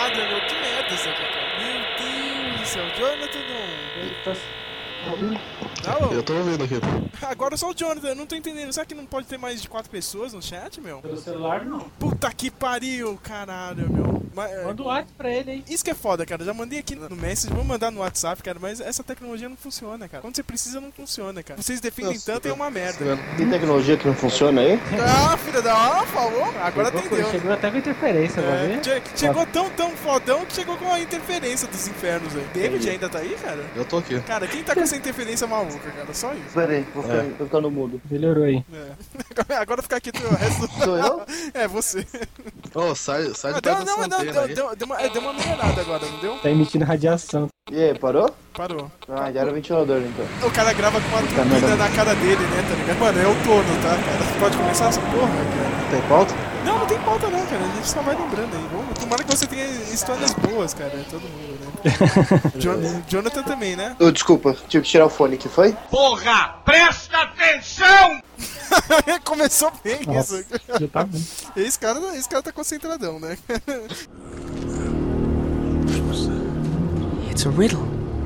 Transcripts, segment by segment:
quadra, meu. Que merda isso aqui, cara. Meu Deus do céu. Jonathan, não, Eu tô ouvindo aqui. agora só o Jonathan, eu não tô entendendo. Será que não pode ter mais de 4 pessoas no chat, meu? Pelo celular, não. Puta que pariu, caralho, meu. Manda o WhatsApp pra ele, hein? Isso que é foda, cara. Já mandei aqui no Messenger, vou mandar no WhatsApp, cara, mas essa tecnologia não funciona, cara. Quando você precisa, não funciona, cara. Vocês defendem tanto, é uma merda. Tem tecnologia que não funciona aí? Ah, filha da... falou. Agora atendeu. Chegou até com interferência, vai ver? Chegou tão fodão que chegou com a interferência dos infernos aí. David ainda tá aí, cara? Eu tô aqui. Cara, quem tá com essa interferência maluca, cara? Só isso. Pera aí, vou ficar no mudo. Melhorou aí. É. Agora ficar aqui o resto do... Sou eu? É, você. Ô, sai de perto dessa antena aí. Deu uma melhorada agora, não deu? Tá emitindo radiação. E aí, parou? Parou. Ah, já era o ventilador então. O cara grava com uma turbina na cara dele, né, tá ligado? Mano, é outono, tá, cara? Pode começar essa porra, cara? Tem pauta? Não tem pauta não, cara. A gente só vai lembrando aí. Vamos, tomara que você tenha histórias boas, cara. Todo mundo, né? Jonathan também, né? Ô, desculpa, tive que tirar o fone, que foi? Porra, presta atenção! Começou bem Nossa, isso. já tá bem. Esse cara tá concentradão, né? It's a riddle.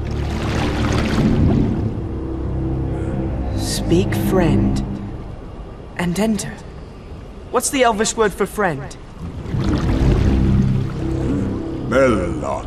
Speak friend and enter. What's the Elvish word for friend? Melon.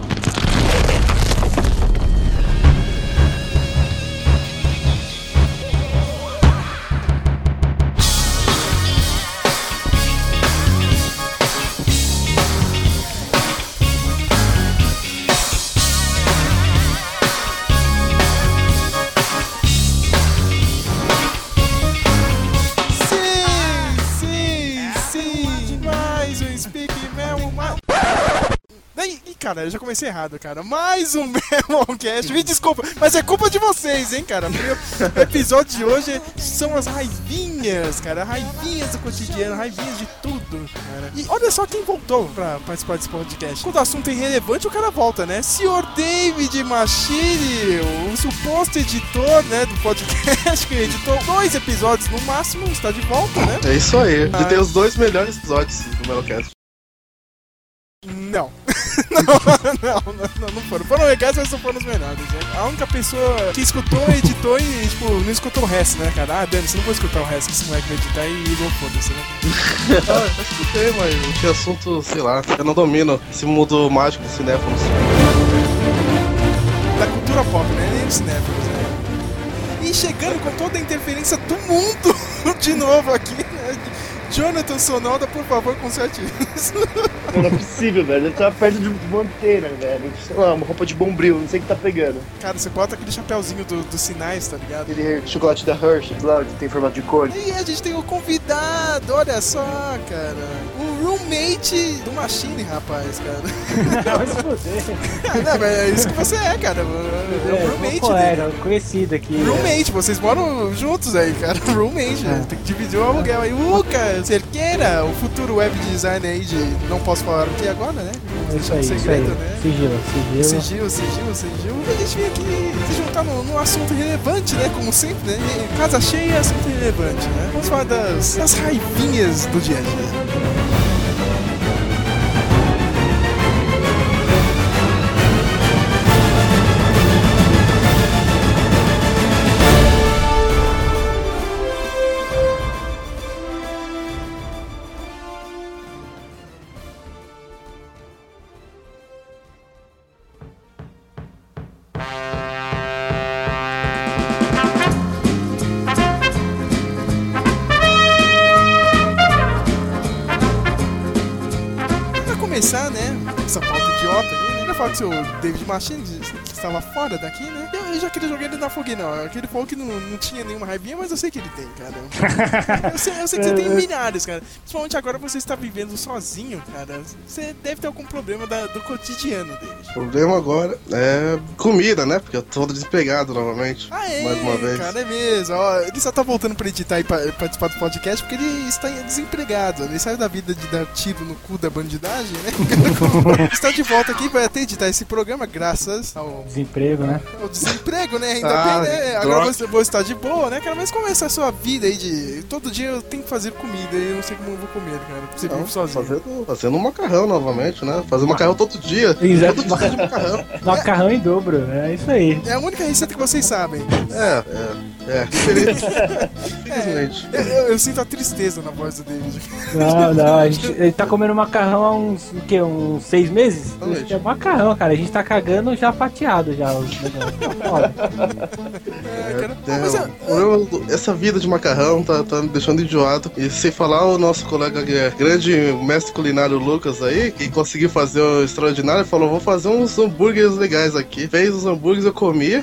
Sim, mais um Speak Memo, cara, eu já comecei errado, cara. Mais um Memoncast. Me desculpa, mas é culpa de vocês, hein, cara. O episódio de hoje são as raivinhas, cara. Raivinhas do cotidiano, raivinhas de tudo, cara. E olha só quem voltou pra participar desse podcast. Quando o assunto é irrelevante, o cara volta, né? Senhor David Machiri, o suposto editor, né, do podcast, que editou 2 episódios no máximo, está de volta, né? É isso aí. Ele tem os 2 melhores episódios do Melocast. Não. não foram. Foram legais, mas não foram os melhores, né? A única pessoa que escutou, editou e, tipo, não escutou o resto, né, cara? Ah, Dani, você não vou escutar o resto que esse moleque vai editar e não foda-se, né? Eu escutei, mas tinha assunto, sei lá, eu não domino esse mundo mágico dos cinéfilos. Da cultura pop, né? Nem dos cinéfilos, né? E chegando com toda a interferência do mundo de novo aqui, né? Jonathan Sonoda, por favor, conserte isso. Não é possível, velho. Ele tá perto de uma antena, velho. Sei lá, uma roupa de bombril, não sei o que tá pegando. Cara, você bota aquele chapéuzinho dos sinais, tá ligado? Aquele chocolate da Hershey, lá, que tem formato de cor. E a gente tem o convidado, olha só, cara. O roommate do Machine, rapaz, cara. Vai se foder. Não, mas é isso que você é, cara. É o roommate colega, conhecido aqui. Roommate, vocês moram juntos aí, cara. Roommate, tem que dividir o aluguel aí. Lucas Cerqueira, o futuro web designer aí de... Não posso falar aqui agora, né? É isso aí, segredo, isso aí. né? Sigilo. Sigilo. E a gente vem aqui se juntar num assunto relevante, né? Como sempre, né? Casa cheia, assunto relevante, né? Vamos falar das raivinhas do dia a dia. Começar, né, essa pauta idiota, né? Eu ia falar que o seu David Machine, que estava fora daqui, né? Eu já queria jogar ele na fogueira, não. Aquele falou que não tinha nenhuma raivinha, mas eu sei que ele tem, cara. Eu sei que você tem milhares, cara. Principalmente agora você está vivendo sozinho, cara. Você deve ter algum problema do cotidiano dele. O problema agora é comida, né? Porque eu tô desempregado novamente. Mais uma vez. Cara, é mesmo. Ó, ele só tá voltando pra editar e participar do podcast porque ele está desempregado. Ele saiu da vida de dar tiro no cu da bandidagem, né? Está de volta aqui, vai até editar esse programa graças ao Desemprego, né? desemprego, né? Ainda bem, né? Agora você vou estar de boa, né, cara? Mas como é essa sua vida aí de... Todo dia eu tenho que fazer comida e eu não sei como eu vou comer, cara. Você vive sozinho. Fazendo um macarrão novamente, né? Fazendo macarrão todo dia. Exato. Todo dia de macarrão. Macarrão em dobro, é isso aí. É a única receita que vocês sabem. Infelizmente. Eu sinto a tristeza na voz do David. Não, ele tá comendo macarrão há uns 6 meses? Exatamente. É macarrão, cara. A gente tá cagando já fatiado já. Essa vida de macarrão tá me deixando enjoado. E sem falar o nosso colega grande mestre culinário Lucas aí, que conseguiu fazer o extraordinário, falou: vou fazer uns hambúrgueres legais aqui. Fez os hambúrgueres, eu comi.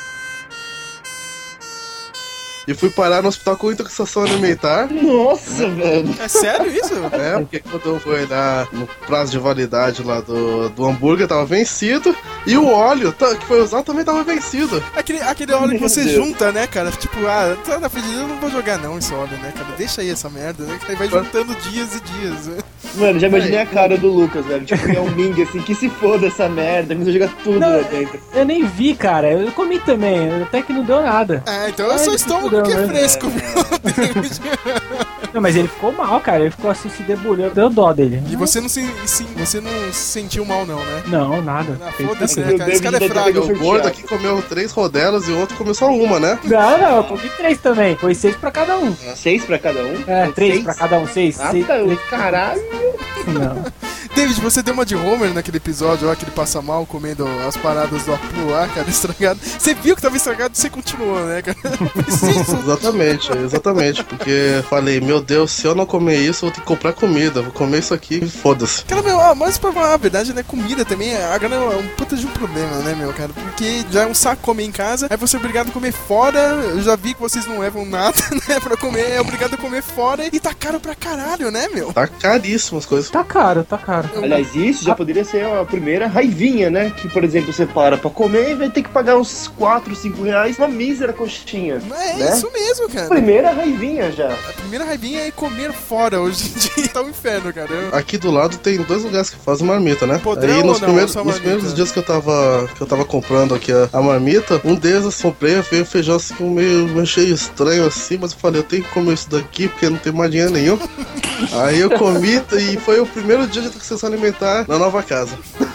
E fui parar no hospital com intoxicação alimentar. Nossa, velho. É sério isso? É, porque quando eu fui lá no prazo de validade lá do hambúrguer, tava vencido. E o óleo que foi usado também tava vencido. Aquele óleo que você Meu Deus. junta, né, cara? Tipo, tá na frente dele, eu não vou jogar não esse óleo, né, cara? Deixa aí essa merda, né? Que aí vai juntando dias e dias, né? Mano, já imaginei a cara do Lucas, velho. Tipo, é um Ming assim, que se foda essa merda, começou a jogar tudo Não, lá dentro. eu nem vi, cara. Eu comi também, até que não deu nada. Então é só estômago que é fresco, viu? Não, mas ele ficou mal, cara. Ele ficou assim, se debulhando. Deu dó dele. E você não se sentiu mal não, né? Não, nada. Ah, Fez foda-se, tranquilo. né, cara? Esse cara é fraco. O gordo aqui comeu 3 rodelas e o outro comeu só uma, né? Não, eu comi 3 também. Foi 6 pra cada um. 6 pra cada um? É, 3 6? pra cada um, 6. Ah, tá, caralho. Não. David, você deu uma de Homer naquele episódio lá que ele passa mal comendo as paradas do Apu lá, cara, estragado. Você viu que tava estragado e você continuou, né, cara? Não preciso. Exatamente. Porque falei, meu Deus, se eu não comer isso, eu vou ter que comprar comida. Vou comer isso aqui e foda-se. Cara, meu, mas pra falar a verdade, né, comida também, agora é um puta de um problema, né, meu, cara? Porque já é um saco comer em casa, aí você é obrigado a comer fora, eu já vi que vocês não levam nada, né, pra comer, é obrigado a comer fora e tá caro pra caralho, né, meu? Tá caríssimo as coisas. Tá caro. Aliás, isso já poderia ser a primeira raivinha, né? Que, por exemplo, você para pra comer e vai ter que pagar uns 4, 5 reais uma mísera coxinha. É né? isso mesmo, cara. Primeira raivinha já. A primeira raivinha é comer fora hoje em dia, tá um inferno, cara. Aqui do lado tem 2 lugares que fazem marmita, né? Podrão Aí nos ou não? Só nos marmita? primeiros dias que eu tava comprando aqui a marmita, um deles eu comprei, veio feijão assim meio cheio estranho assim, mas eu falei, eu tenho que comer isso daqui porque não tem mais dinheiro nenhum. Aí eu comi e foi o primeiro dia de intoxicação alimentar na nova casa.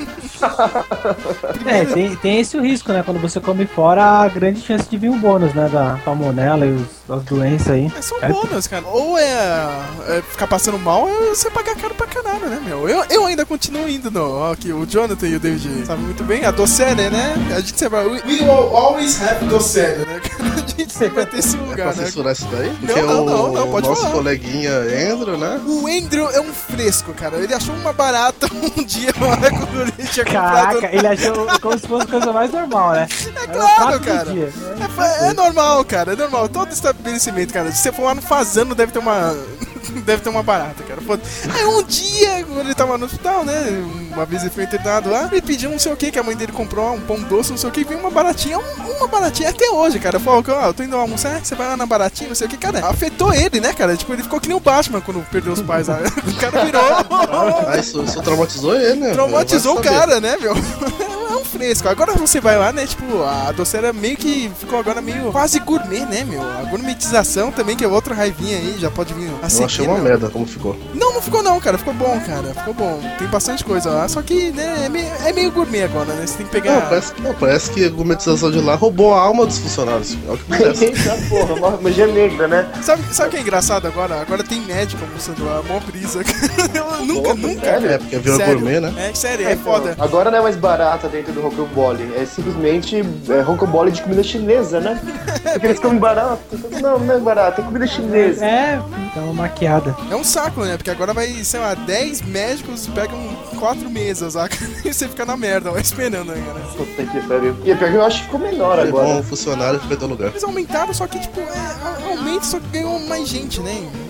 É, tem esse o risco, né? Quando você come fora, há grande chance de vir um bônus, né? Da salmonela e as doenças aí. São bônus, cara. Ou é ficar passando mal, é você pagar caro pra caralho, né, meu? Eu ainda continuo indo no... Aqui, o Jonathan e o David sabem muito bem. A docere, né? A gente sempre fala, we will always have docere, né? A gente sempre vai ter esse lugar, Pra né? censurar isso daí? Não, Porque não, pode nosso falar. coleguinha Andrew, né? O Andrew é um fresco, cara. Ele achou uma barata um dia lá quando ele tinha comprado. Caraca, ele achou como se fosse a coisa mais normal, né? É claro, Era cara. 4 dias. É normal, cara. É normal. Todo estabelecimento, cara. Se você for lá no Fazano, deve ter uma... Deve ter uma barata, cara. Foda. Aí um dia, quando ele tava no hospital, né? Uma vez ele foi internado lá, ele pediu não sei o que a mãe dele comprou, um pão doce, não sei o que, e veio uma baratinha, uma baratinha até hoje, cara. Falou, eu tô indo almoçar, você vai lá na baratinha, não sei o que, cara. Afetou ele, né, cara? Tipo, ele ficou que nem o Batman quando perdeu os pais lá. O cara virou. Ah, isso traumatizou ele, né? Traumatizou o Vai saber. cara, né, meu? É um fresco. Agora você vai lá, né? Tipo, a docera meio que ficou agora meio quase gourmet, né, meu? A gourmetização também, que é outra raivinha aí, já pode vir a Eu achei uma merda como ficou. Não ficou não, cara. Ficou bom, cara. Ficou bom. Tem bastante coisa lá. Só que, né, é meio gourmet agora, né? Você tem que pegar... Parece que a gourmetização de lá roubou a alma dos funcionários. É o que parece. Eita porra, uma magia negra, né? Sabe o que é engraçado agora? Agora tem médico almoçando lá. Mó brisa. Eu nunca. É, porque virou Sério. gourmet, né? É sério, é foda. Agora não é mais barata dentro do rocambole, é simplesmente rocambole de comida chinesa, né? Porque eles comem barato. Não é barato, é comida chinesa. É, dá uma maquiada. É um saco, né? Porque agora vai, sei lá, 10 médicos pegam 4 mesas lá e você fica na merda lá esperando ainda, né? Puta que pariu. E é pior que eu acho que ficou menor agora. Levou um funcionário que perdeu lugar. Eles aumentaram, só que, tipo, aumenta, só que ganhou mais gente, né?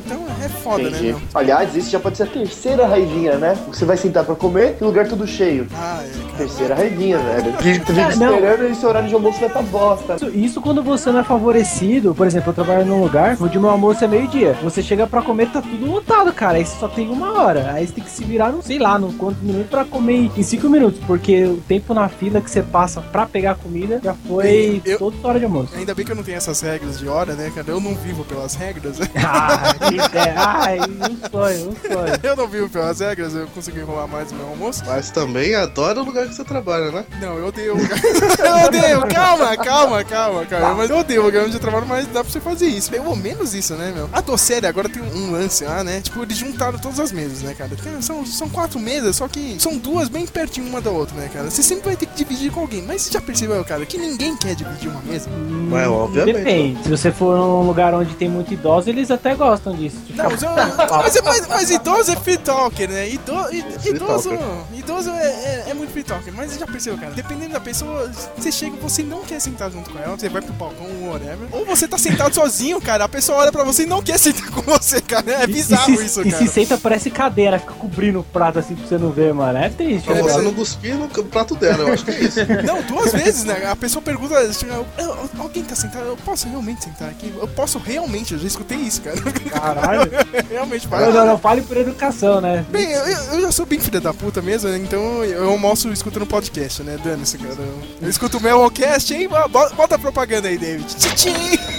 Então é foda, né, meu? Aliás, isso já pode ser a terceira raivinha, né? Você vai sentar pra comer e o lugar tudo cheio. Ah, é. Terceira raivinha, velho. Que tu fica esperando e esse horário de almoço vai pra bosta. Isso quando você não é favorecido. Por exemplo, eu trabalho num lugar onde o meu almoço é meio-dia. Você chega pra comer, tá tudo lotado, cara. Aí você só tem 1 hora. Aí você tem que se virar, não sei lá, no quantos minutos pra comer em 5 minutos. Porque o tempo na fila que você passa pra pegar a comida já foi toda hora de almoço. Ainda bem que eu não tenho essas regras de hora, né, cara? Eu não vivo pelas regras. Ai, um sonho. Eu não vivo pelas regras, eu consegui enrolar mais o meu almoço. Mas também adora o lugar que você trabalha, né? Não, eu odeio o lugar. Eu odeio, calma. Mas eu odeio o lugar onde eu trabalho, mas dá pra você fazer isso. Pelo menos isso, né, meu? A doceira agora tem um lance lá, né? Tipo, eles juntaram todas as mesas, né, cara? São 4 mesas, só que são 2 bem pertinho uma da outra, né, cara? Você sempre vai ter que dividir com alguém. Mas você já percebeu, cara, que ninguém quer dividir uma mesa? Mas obviamente. Depende. Se você for num lugar onde tem muito idoso, eles até gostam disso. Não, mas idoso é free talker, né? Idoso é muito free talker. Mas você já percebeu, cara? Dependendo da pessoa, você chega e você não quer sentar junto com ela, você vai pro balcão ou whatever. Ou você tá sentado sozinho, cara, a pessoa olha pra você e não quer sentar com você, cara. É bizarro isso, cara. E se senta, parece cadeira, fica cobrindo o prato assim pra você não ver, mano. É triste. Pra você não cuspir no prato dela, eu acho que é isso. Não, 2 vezes, né? A pessoa pergunta, alguém tá sentado? Eu posso realmente sentar aqui? Eu posso realmente, eu já escutei isso, cara. Caralho. Realmente, Não fale por educação, né? Bem, eu já sou bem filha da puta mesmo, né? Então eu almoço escutando podcast, né? Dane-se, cara. Eu escuto o Melocast, hein? Bota a propaganda aí, David. Tchim!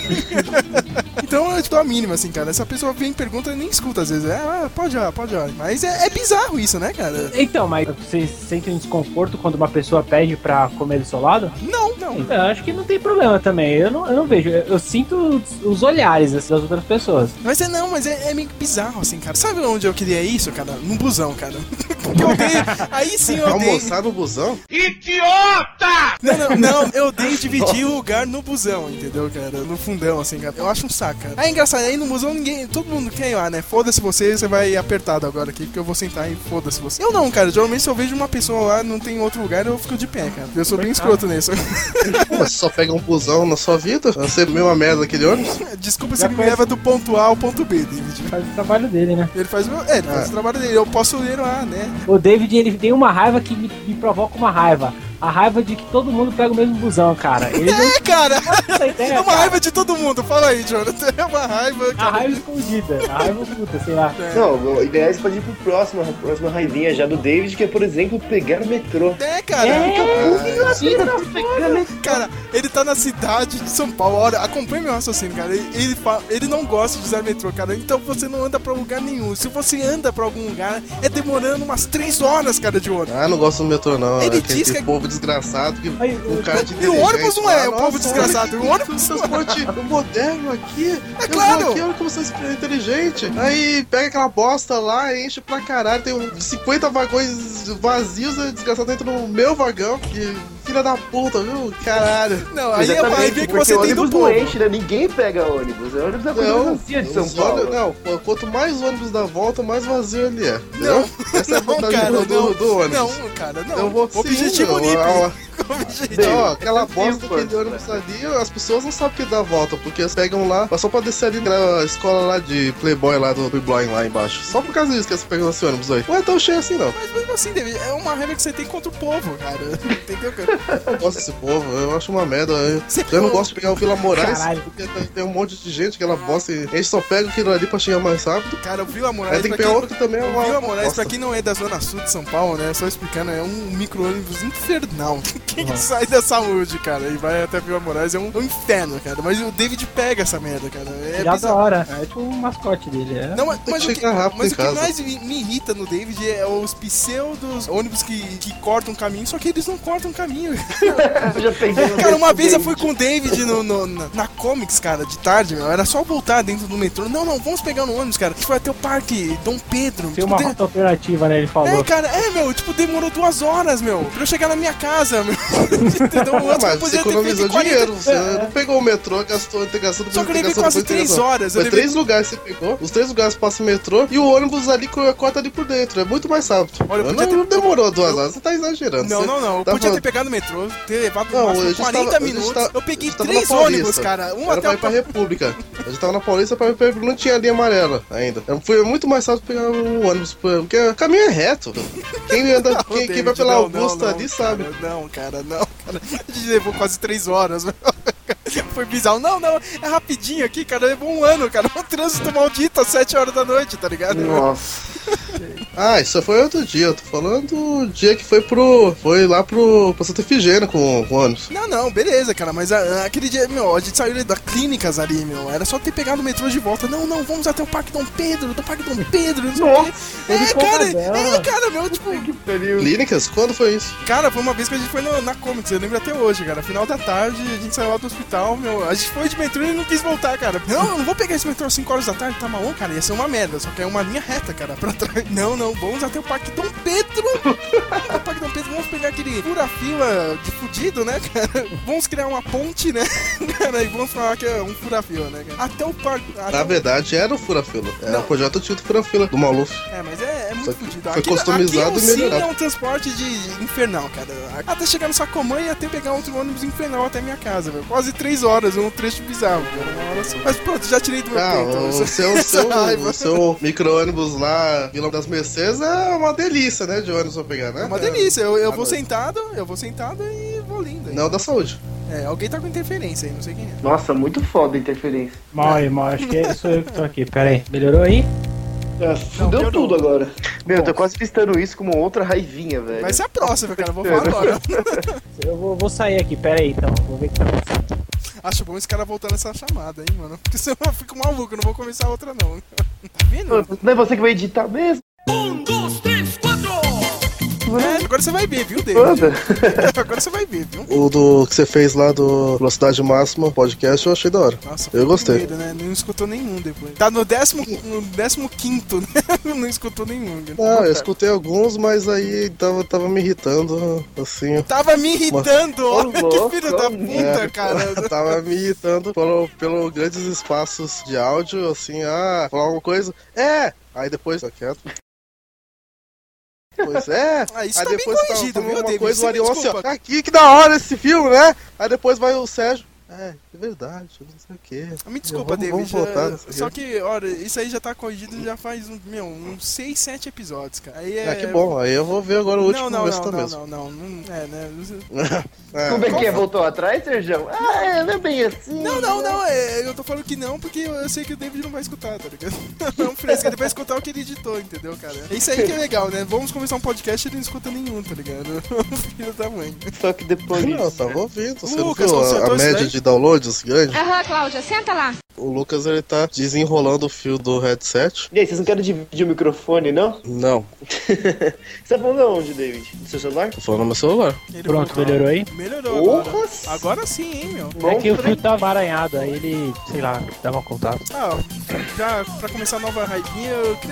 Então eu te dou a mínima, assim, cara. Se a pessoa vem e pergunta, eu nem escuto às vezes. Pode ir. Mas é bizarro isso, né, cara? Então, mas você sente um desconforto quando uma pessoa pede pra comer do seu lado? Não. Então, eu acho que não tem problema também. Eu não vejo. Eu sinto os olhares assim, das outras pessoas. Mas é meio bizarro, assim, cara. Sabe onde eu queria isso, cara? Num busão, cara. Porque eu odeio. Aí sim eu odeio. Almoçar no busão? Idiota! Não, eu odeio dividir o lugar no busão, entendeu, cara? No fundão, assim, cara. Eu acho um saco, cara. Aí é engraçado, aí no busão todo mundo quer ir lá, né? Foda-se você vai apertado agora aqui, porque eu vou sentar e foda-se você. Eu não, cara. Geralmente se eu vejo uma pessoa lá, não tem outro lugar, eu fico de pé, cara. Eu sou bem escroto nisso. Pô, mas você só pega um busão na sua vida? Você é mesma merda aquele ônibus? Desculpa se me leva do ponto A ao ponto B, David. Faz o trabalho dele, né? Ele faz o trabalho dele. Eu posso ir lá, né? O David, ele tem uma raiva que me provoca uma raiva. A raiva de que todo mundo pega o mesmo busão, cara. Ele cara! Ideia, é uma raiva de todo mundo. Fala aí, Jonathan. É uma raiva, cara. A raiva escondida. A raiva oculta, sei lá. Não, o ideal é você pode ir pro próxima raivinha já do David, que é, por exemplo, pegar o metrô. Cara. Sim, cara, ele tá na cidade de São Paulo. Olha, acompanha meu raciocínio, cara. Ele não gosta de usar metrô, cara. Então você não anda pra lugar nenhum. Se você anda pra algum lugar, é demorando umas 3 horas, cara, de ônibus. Não gosto do metrô, não. Ele diz que povo desgraçado, que um cara de E o ônibus não é o povo desgraçado. O ônibus transporte moderno aqui. É claro. Aqui, olha como você é inteligente. Aí pega aquela bosta lá, enche pra caralho. Tem 50 vagões vazios, o desgraçado entra no meu vagão. Que filha da puta, viu? Caralho. Não, aí é vai ver que você tem do povo. Não enche, né? Ninguém pega ônibus. O ônibus é a coisa vazia de São Paulo. Não, quanto mais ônibus dá volta, mais vazio ele é. Não, essa é a vantagem do ônibus. Não, cara, não. Eu vou Objetivo olímpico. Aquela bosta daquele ônibus ali, as pessoas não sabem que dá a volta, porque elas pegam lá, só pra descer ali na escola lá de Playboy lá do Playboy lá embaixo. Só por causa disso que elas pegam esse ônibus aí. Não é tão cheio assim, não. Mas mesmo assim, David, é uma raiva que você tem contra o povo, cara. Entendeu, cara? Eu não gosto desse povo, eu acho uma merda. Eu não gosto de pegar o Vila Moraes, porque tem um monte de gente que ela bosta e a gente só pega aquilo ali pra chegar mais rápido. Cara, o Vila Moraes. Aí tem que pegar outro que também é uma. O Vila Moraes, pra quem não é da zona sul de São Paulo, né? Só explicando, é um micro-ônibus infernal. Quem sai da saúde, cara, e vai até Vila Moraes é um inferno, cara. Mas o David pega essa merda, cara. É adora. É tipo um mascote dele, é. Não, mas o que mais me irrita no David é os pseudos ônibus que cortam caminho, só que eles não cortam caminho. Cara, uma vez eu fui com o David na Comics, cara, de tarde, meu. Era só voltar dentro do metrô. Não, vamos pegar no ônibus, cara. A gente foi até o Parque Dom Pedro. Tem uma rota alternativa, né? Ele falou. Cara, meu, demorou 2 horas, meu, pra eu chegar na minha casa, meu. Entendeu? O ônibus Mas você podia ter economizou feito 40. dinheiro. Você não pegou o metrô, gastou, gastando Só que eu levei quase 3 horas. Eu Foi levei... 3 lugares que você pegou. Os 3 lugares passa o metrô e o ônibus ali corta ali por dentro. É muito mais rápido. Olha, eu podia não demorou 2 horas. Você tá exagerando. Não, Você não, não. Eu tá podia falando- ter pegado o metrô, ter levado Não, no máximo a gente 40 tava- a minutos. gente tá- Eu peguei a gente tava 3 na Paulista. ônibus, cara. Um Era até pra ir pra República. A gente tava na Paulista pra ir pra República. Não tinha linha amarela ainda. Foi muito mais fácil pegar o ônibus. Porque o caminho é reto. Quem anda, quem vai David, pela não, Augusta não, ali não, sabe. Cara, não, cara, não, cara. A gente levou quase 3 horas. Foi bizarro. Não, não, é rapidinho aqui, cara. Levou um ano, cara. Um trânsito maldito às 7 horas da noite, tá ligado? Nossa. Ah, isso foi outro dia. Eu tô falando do dia que foi lá pra Santa Efigênia com o ônibus. Não, não, beleza, cara, mas aquele dia, meu, a gente saiu da clínicas ali, meu, era só ter pegado o metrô de volta. Não, não, vamos até o Parque Dom Pedro, não sei o quê. Cara, meu, tipo, Clínicas? Quando foi isso? cara, foi uma vez que a gente foi na Comics, eu lembro até hoje, cara, final da tarde, a gente saiu lá do hospital, meu, a gente foi de metrô e não quis voltar, cara. Não, eu não vou pegar esse metrô às 5 horas da tarde, tá maluco, cara, ia ser uma merda, só que é uma linha reta, cara, pra trás. Não, não, vamos até o Parque Dom Pedro. O Parque Dom Pedro, vamos pegar aquele fura-fila de fudido, né, cara? Vamos criar uma ponte, né, cara, e vamos falar que é um fura-fila, né, cara? Até o parque... Na verdade, era o fura-fila. Era o projeto antigo do fura-fila, do Maluf. É, mas é muito fudido. Foi customizado aqui e melhorado. é um transporte de infernal, cara. Até chegar no Sacomã e até pegar outro ônibus infernal até minha casa, velho. Quase 3 horas, um trecho bizarro, cara. Uma hora só. Mas pronto, já tirei do meu peito. O seu micro-ônibus lá, Vila das Mercedes, é uma delícia, né, de ônibus pra pegar, né? É uma delícia. Eu vou sentado e vou lindo. Não, da saúde. É, alguém tá com interferência aí, não sei quem é. Nossa, muito foda a interferência. Mal, acho que sou eu que tô aqui. Pera aí, melhorou aí? Fudeu tudo agora. Meu, eu tô quase listando isso como outra raivinha, velho. Vai ser a próxima, cara. Vou falar agora. Eu vou sair aqui, pera aí então. Vou ver o que tá acontecendo. Acho bom esse cara voltar nessa chamada, hein, mano. Porque senão eu fico maluco, eu não vou começar outra, não. Tá vendo? Não é você que vai editar mesmo? É, agora você vai ver, viu, David? Foda. Agora você vai ver, viu? O do que você fez lá do Velocidade Máxima podcast, eu achei da hora. Nossa, Eu gostei. Medo, né? Não escutou nenhum depois. Tá no 15º, né? Não escutou nenhum. Cara. Ah, eu escutei alguns, mas aí tava me irritando, assim. Tava me irritando, olha que louco, filho da puta, cara. Tava me irritando pelo grandes espaços de áudio, assim, falar alguma coisa. Aí depois, tá quieto. Pois é. Isso Aí tá bem depois você corrigido, tava viu, uma David? coisa, o Você me Arion, assim, desculpa. ó, aqui que da hora esse filme, né? Aí depois vai o Sérgio. É verdade, eu não sei o quê. Me desculpa, Vamos David. voltar nessa Só aqui. que, olha, isso aí já tá corrigido já faz uns 6, 7 episódios, cara. Aí Que bom, aí eu vou ver agora o último, Não, ver se tá mesmo. não. É, né? Como é que é? Voltou atrás, Sérgio? Não é bem assim. Não, eu tô falando que não, porque eu sei que o David não vai escutar, tá ligado? Não, fresco, ele vai escutar o que ele editou, entendeu, cara? É isso aí que é legal, né? Vamos começar um podcast e ele não escuta nenhum, tá ligado? Filho da mãe. Só que depois... Não, tava ouvindo. Você não Lucas, viu consertou a isso média daí? de downloads grande? Aham, Cláudia, senta lá. O Lucas, ele tá desenrolando o fio do headset. E aí, vocês não querem dividir o microfone, não? Não, Você tá falando aonde, David? Do seu celular? tô falando no meu celular. Ele Pronto, voltou. melhorou aí? Melhorou agora. Porra! Agora sim, hein, meu. É que o fio tava amaranhado, aí ele, sei lá, dava contato. Já pra começar a nova raivinha,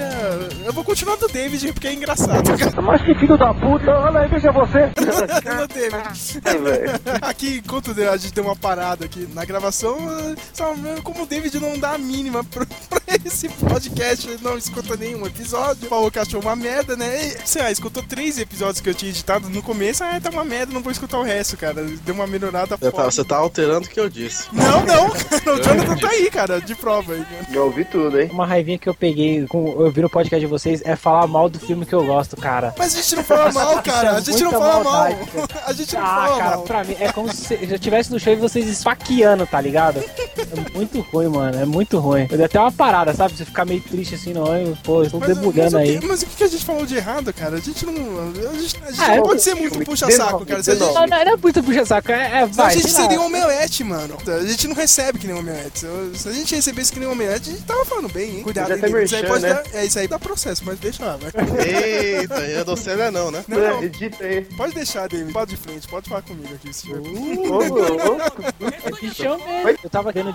eu vou continuar do David, porque é engraçado. Mas que filho da puta, olha aí, veja você. No David. Aqui, enquanto a gente deu uma parada aqui na gravação, só como o David não dá a mínima pra esse podcast, ele não escuta nenhum episódio, falou que achou uma merda, né? E, sei lá, escutou 3 episódios que eu tinha editado no começo, tá uma merda, não vou escutar o resto, cara. Deu uma melhorada foda. Você tá alterando o que eu disse. Não, cara, o Jonathan tá aí, cara, de prova aí, cara. Já ouvi tudo, hein? Uma raivinha que eu peguei com eu vi no podcast de vocês é falar mal do filme que eu gosto, cara. Mas a gente não fala mal, cara, a gente não Muita fala mal. maldade, cara. A gente não fala Cara, mal. pra mim é como se eu estivesse no show e vocês esfaqueando, tá ligado? É muito ruim, mano, é muito ruim. Eu dei até uma parada, sabe? Você ficar meio triste assim, não, pô, eu tô debulhando aí. Mas o que a gente falou de errado, cara? A gente não. A gente não pode ser muito puxa-saco, cara. Se a gente, Não é muito puxa-saco, senão a vai, gente sei lá. seria um omelete, mano. A gente não recebe que nem um omelete. Se a gente recebesse que nem um omelete, a gente tava falando bem, hein? Cuidado, Já tá hein, isso aí merchan, pode né? dar. Isso aí dá processo, mas deixa lá, vai. Eita, eu não sei não, né? Não, Edita aí. pode deixar, David. Pode de frente, pode falar comigo aqui. Se tiver... Ô, louco. É bichão mesmo. Eu tava querendo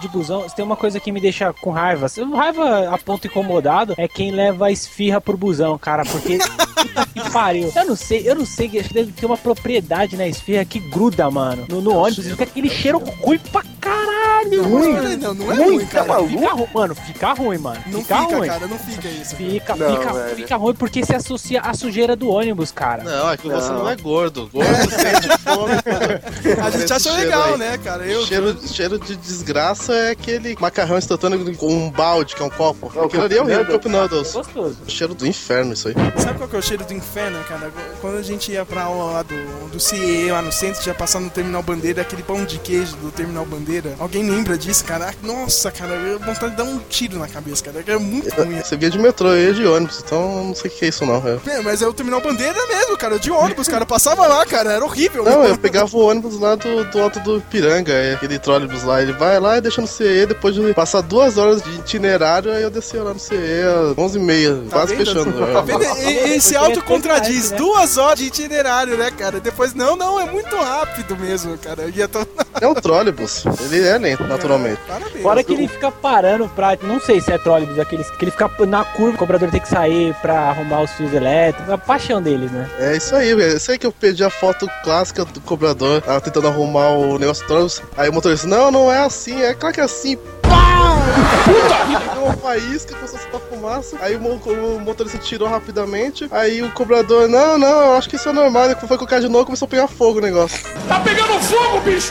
de busão, se tem uma coisa que me deixa com raiva. Raiva a ponto incomodado é quem leva a esfirra pro busão, cara, porque puta que pariu. Eu não sei, acho que deve ter uma propriedade na esfirra que gruda, mano. No ônibus, fica aquele cheiro ruim pra caralho. Não é ruim, cara. Fica ruim, mano. Não fica ruim. cara, não fica isso. Fica ruim porque se associa à sujeira do ônibus, cara. Não, é que você não é gordo. Gordo sente fome. A gente acha legal, aí, né, cara? Cheiro de desgraça é aquele macarrão instantâneo com um balde, que é um copo. Aquilo ali é o Cup Noodles. Gostoso. Cheiro do inferno, isso aí. Sabe qual que é o cheiro do inferno, cara? Quando a gente ia pra aula lá do CIE, lá no centro, já passar no Terminal Bandeira, aquele pão de queijo do Terminal Bandeira. Alguém lembra disso, cara? Nossa, cara, eu vontade de dar um tiro na cabeça, cara. É muito ruim. Você via de metrô, eu ia de ônibus, então não sei o que é isso não. Mas é o Terminal Bandeira mesmo, cara. De ônibus, cara. Passava lá, cara. Era horrível. Não, eu pegava o ônibus lá do alto do Piranga, aquele trólebus lá. Ele vai lá e deixa no CE, depois de passar 2 horas de itinerário, aí eu descia lá no CE às 11h30, quase fechando. Tá vendo? Esse auto contradiz. 2 horas de itinerário, né, cara? Depois, não, é muito rápido mesmo, cara. Eu ia É um trólebus. Ele é lento, naturalmente. Parabéns. Fora que ele fica parando pra... Não sei se é trólebus, aqueles que ele fica na curva, o cobrador tem que sair pra arrumar os fios elétricos. A paixão deles, né? É isso aí, velho. Isso aí que eu perdi a foto clássica do cobrador, tentando arrumar o negócio do trólebus. Aí o motorista, não é assim, é claro que é assim. Pá! Deu uma faísca, começou a soltar fumaça. Aí o motorista tirou rapidamente. Aí o cobrador, não, eu acho que isso é normal. Ele foi colocar de novo e começou a pegar fogo o negócio. Tá pegando fogo, bicho!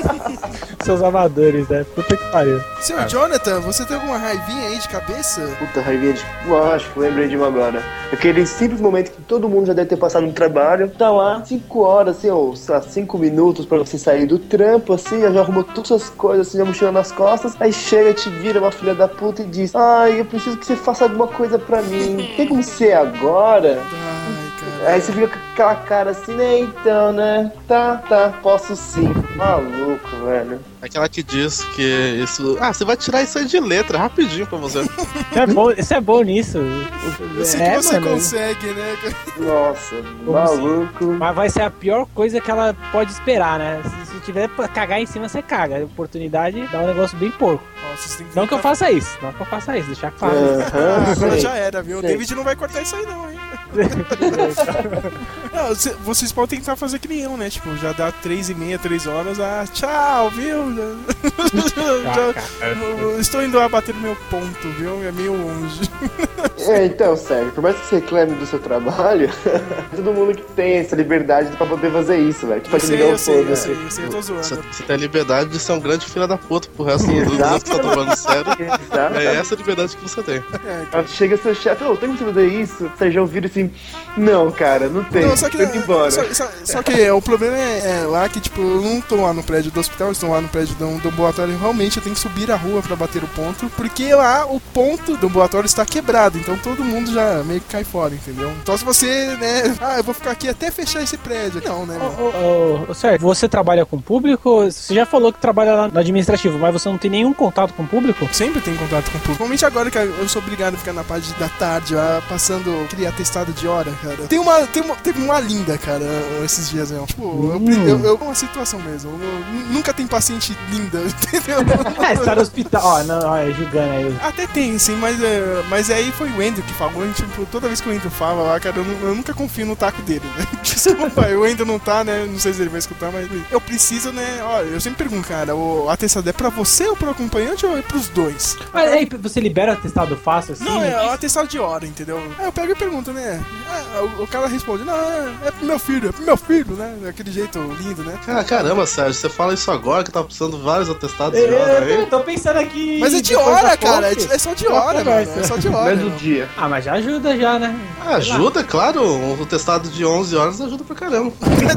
Seus amadores, né? Puta que pariu. Senhor Jonathan, você tem alguma raivinha aí de cabeça? Puta raivinha de... Acho que lembrei de uma agora. Aquele simples momento que todo mundo já deve ter passado no trabalho. Tá lá, 5 horas, assim, ou 5 minutos pra você sair do trampo, assim, já arrumou todas as coisas, assim, já mochila nas costas. Aí chega, te vira uma filha da puta e diz: ai, eu preciso que você faça alguma coisa pra mim. Tem como ser agora? Aí você fica com aquela cara assim, né? Então, né? Tá, posso sim. Maluco, velho. Aquela que diz que isso... você vai tirar isso aí de letra, rapidinho pra você. Isso é bom nisso. Eu sei que você consegue, né? Nossa, maluco. Mas vai ser a pior coisa que ela pode esperar, né? Se tiver pra cagar em cima, você caga. A oportunidade dá um negócio bem porco. Nossa, não que eu faça isso, deixar claro. Agora já era, viu? O David não vai cortar isso aí não, hein? Não, vocês podem tentar fazer que nem eu, né? Tipo, já dá 3h30, 3 horas, tchau, viu? Estou indo a bater no meu ponto, viu? É meio longe. Então, sério, por mais que você reclame do seu trabalho, todo mundo que tem essa liberdade pra poder fazer isso, velho. Tipo, eu sei, eu tô zoando. Você tem a liberdade de ser um grande filho da puta pro resto dos anos que você tá tomando sério. É essa a liberdade que você tem. Chega seu chefe, tem como você fazer isso? Você já ouviram assim, não, cara, não tem. Não, só que, só que o problema é lá que, tipo, eu não tô lá no prédio do hospital, eu estou lá no prédio do ambulatório, realmente eu tenho que subir a rua pra bater o ponto, porque lá o ponto do ambulatório está quebrado, então todo mundo já meio que cai fora, entendeu? Então se você, né, eu vou ficar aqui até fechar esse prédio. Não, né, Sérgio, você trabalha com público? Você já falou que trabalha lá no administrativo, mas você não tem nenhum contato com o público? Sempre tem contato com o público. Principalmente agora que eu sou obrigado a ficar na parte da tarde, passando aquele atestado de hora, cara. Teve uma linda, cara, esses dias, meu. Tipo, uma situação mesmo. Nunca tem paciente linda, entendeu? Você tá no hospital, julgando aí. Até tem, sim, mas aí foi o Andrew que falou, tipo, toda vez que o Andrew fala lá, cara, eu nunca confio no taco dele, né? Desculpa, o Andrew não tá, né? Não sei se ele vai escutar, mas eu preciso, né? Olha, eu sempre pergunto, cara, o atestado é pra você ou pro acompanhante ou é pros dois? Mas aí você libera o atestado fácil assim? Não, é o atestado de hora, entendeu? Aí eu pego e pergunto, né? O cara responde, não, é pro meu filho, né? Daquele jeito lindo, né? Caramba, Sérgio, você fala isso agora que tá precisando de vários atestados de hora aí? Eu tô pensando aqui... Mas é de hora, cara, é só de hora, mano, é só de hora. Mas o dia. Mas já ajuda já, né? Ajuda, claro, o atestado de 11 horas ajuda pra caramba.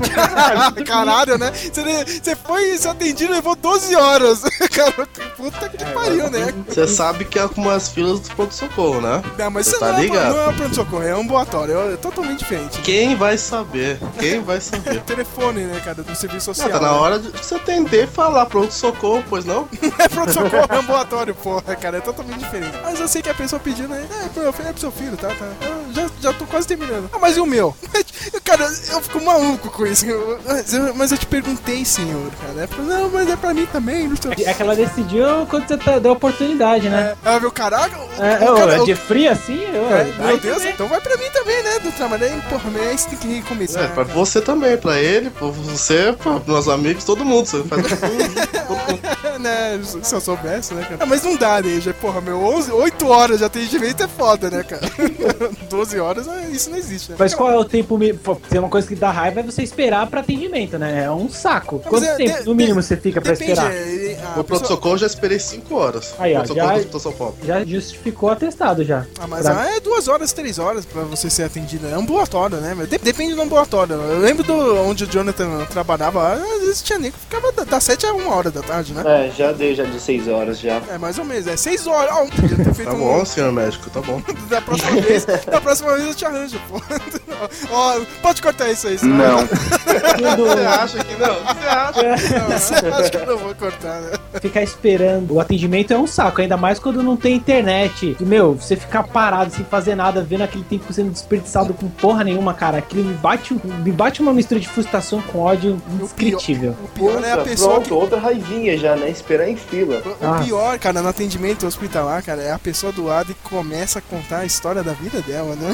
Caralho, né? Você foi se atendido e levou 12 horas. Cara, puta que pariu, né? Você sabe que é como as filas do pronto-socorro, né? Não, mas você tá ligado? Não é pronto-socorro, é ambulatório, é totalmente diferente. Quem vai saber? Telefone, né, cara, do serviço social. Tá na hora de você atender e falar pronto-socorro, pois não? Não é pronto-socorro, é ambulatório, porra, cara, é totalmente diferente. Mas eu sei que a pessoa pediu, né? É pro seu filho, tá? já tô quase terminando. Ah, mas e o meu? Cara, eu fico maluco com isso. Mas eu te perguntei, senhor, cara. Não, mas é pra mim também. Não sei. É que ela decidiu quando você deu a oportunidade, né? Ela viu, caraca. É de frio assim? Meu Deus, também. Então vai pra mim também, né? Do trabalho aí, porra, mas aí você tem que recomeçar. Pra você também, pra ele, pra você, pra meus amigos, todo mundo. Você faz todo mundo. Né, se eu soubesse, né, cara? Ah, mas não dá, né? Já, porra, 8 horas de atendimento é foda, né, cara? 12 horas, isso não existe, né? Mas qual é o tempo? Tem uma coisa que dá raiva é você esperar pra atendimento, né? É um saco. Quanto tempo, no mínimo, você fica pra esperar? No pronto-socorro já esperei 5 horas. Aí, ó, já justificou o atestado já. Ah, mas é 2 horas, 3 horas pra você ser atendido. É ambulatório, né? Depende do ambulatório. Eu lembro onde o Jonathan trabalhava, às vezes tinha nem que ficava das 7 a 1 hora da tarde, né? Já dei de 6 horas já. É, mais ou menos, 6 horas. Ó, podia ter feito tá bom, senhor médico, tá bom. Da próxima vez eu te arranjo, pô. Ó, pode cortar isso aí, senão... Não. Você acha que não? Você acha? Você acha que eu não vou cortar, né? Ficar esperando. O atendimento é um saco, ainda mais quando não tem internet. E, meu, você ficar parado sem fazer nada, vendo aquele tempo sendo desperdiçado com porra nenhuma, cara. Aquilo me bate uma mistura de frustração com ódio indescritível. O pior é a pessoa pronto, outra raivinha já, né? Esperar em fila. O pior, cara, no atendimento hospitalar, cara, é a pessoa do lado e começa a contar a história da vida dela, né?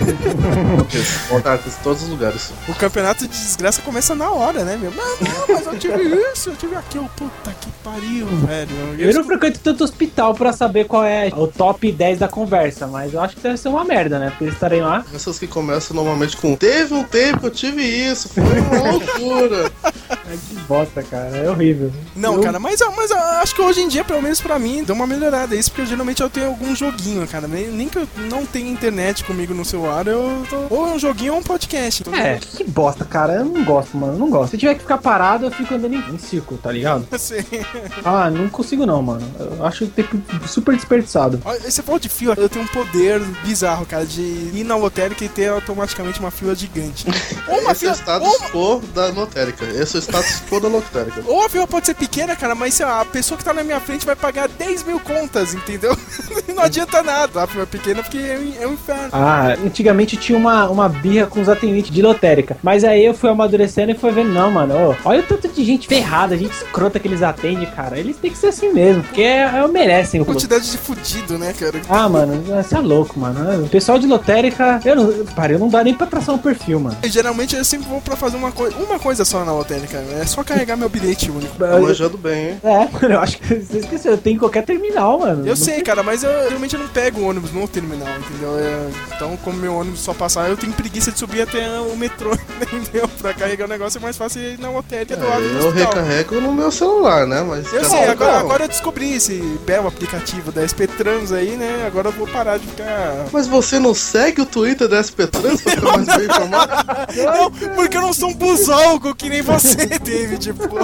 Contar em todos os lugares. O campeonato de desgraça começa na hora, né, meu? Não, mas eu tive isso, eu tive aquilo. Puta que pariu, velho. Eu não frequento tanto hospital pra saber qual é o top 10 da conversa, mas eu acho que deve ser uma merda, né? Porque eles estarem lá. Essas que começam normalmente com teve um tempo que eu tive isso, foi uma loucura. Ai, que bosta, cara, é horrível. Não, cara, mas eu acho que hoje em dia, pelo menos pra mim, deu uma melhorada isso, porque geralmente eu tenho algum joguinho, cara. Nem que eu não tenha internet comigo no celular, ou é um joguinho ou um podcast. Que bosta, cara, eu não gosto, mano, não gosto. Se tiver que ficar parado, eu fico andando em círculo, tá ligado? Sim. Ah, não consigo não, mano. Eu acho que tem super desperdiçado. Você falou de fila, eu tenho um poder bizarro, cara, de ir na lotérica e ter automaticamente uma fila gigante. Ou uma Esse é o status quo da lotérica. Esse é o status quo da lotérica. Ou a fila pode ser pequena, cara, mas sei lá, a pessoa que tá na minha frente vai pagar 10 mil contas, entendeu? Não adianta nada. A fila é pequena porque é um inferno. Ah, antigamente tinha uma birra com os atendentes de lotérica. Mas aí eu fui amadurecendo e fui vendo, não, mano, olha o tanto de gente ferrada, gente escrota que eles atendem, cara. Eles têm que ser assim mesmo, porque merecem. Quantidade de fudido, né, cara? Ah, mano, você é louco, mano. O pessoal de lotérica, eu não dá nem pra traçar um perfil, mano. Geralmente eu sempre vou pra fazer uma coisa só na lotérica. É só carregar meu bilhete único. Tá manjando bem, hein? Eu acho que você esqueceu. Eu tenho em qualquer terminal, mano. Eu sei, cara, mas eu geralmente não pego o ônibus no terminal, entendeu? Então, como meu ônibus só passar, eu tenho preguiça de subir até o metrô, entendeu? Pra carregar o negócio é mais fácil ir na lotérica do lado do eu hospital. recarrego no meu celular, né? Mas eu sei, agora eu descobri esse belo aplicativo da SP Trans aí, né? Agora eu vou parar de ficar... Mas você não segue o Twitter da SP Trans pra ficar mais bem informado? Não, porque eu não sou um busólogo que nem você, David, pô.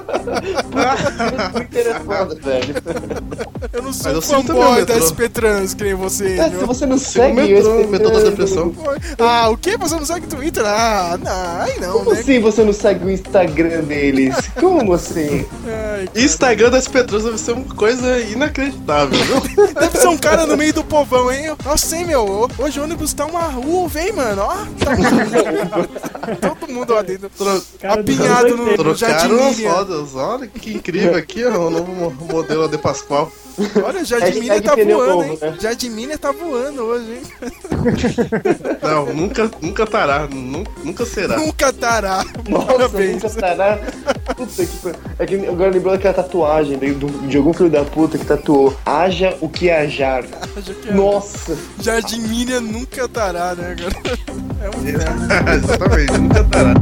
velho. Eu não sou um fanboy da SP Trans que nem você, se você não segue o metrô da depressão. Ah, o quê? Você não segue o Twitter? Ah, não, aí não, como né? assim você não segue o Instagram deles? Como assim? Ai, Instagram da SP Trans deve ser uma coisa inacreditável, viu? Deve ser um cara no meio do povão, hein? Nossa, hein, meu? Hoje o ônibus tá uma uva, hein, mano? Ó, tá todo mundo lá dentro. Apinhado no Jardim Trocaram as Miriam. rodas. Olha que incrível aqui, ó, o novo modelo de Pascoal. Olha, o Jardim Miriam tá voando, hein? Jardim Miriam tá voando hoje, hein? Não, nunca tará, nunca será. Nunca tará. Nossa, Parabéns. nunca tará. Puta que... É que agora lembrando aquela tatuagem de algum filho da puta que tatuou haja o que hajar. Nossa. Jardim Miriam nunca tará, né, cara? É um inferno. Exatamente, nunca tará.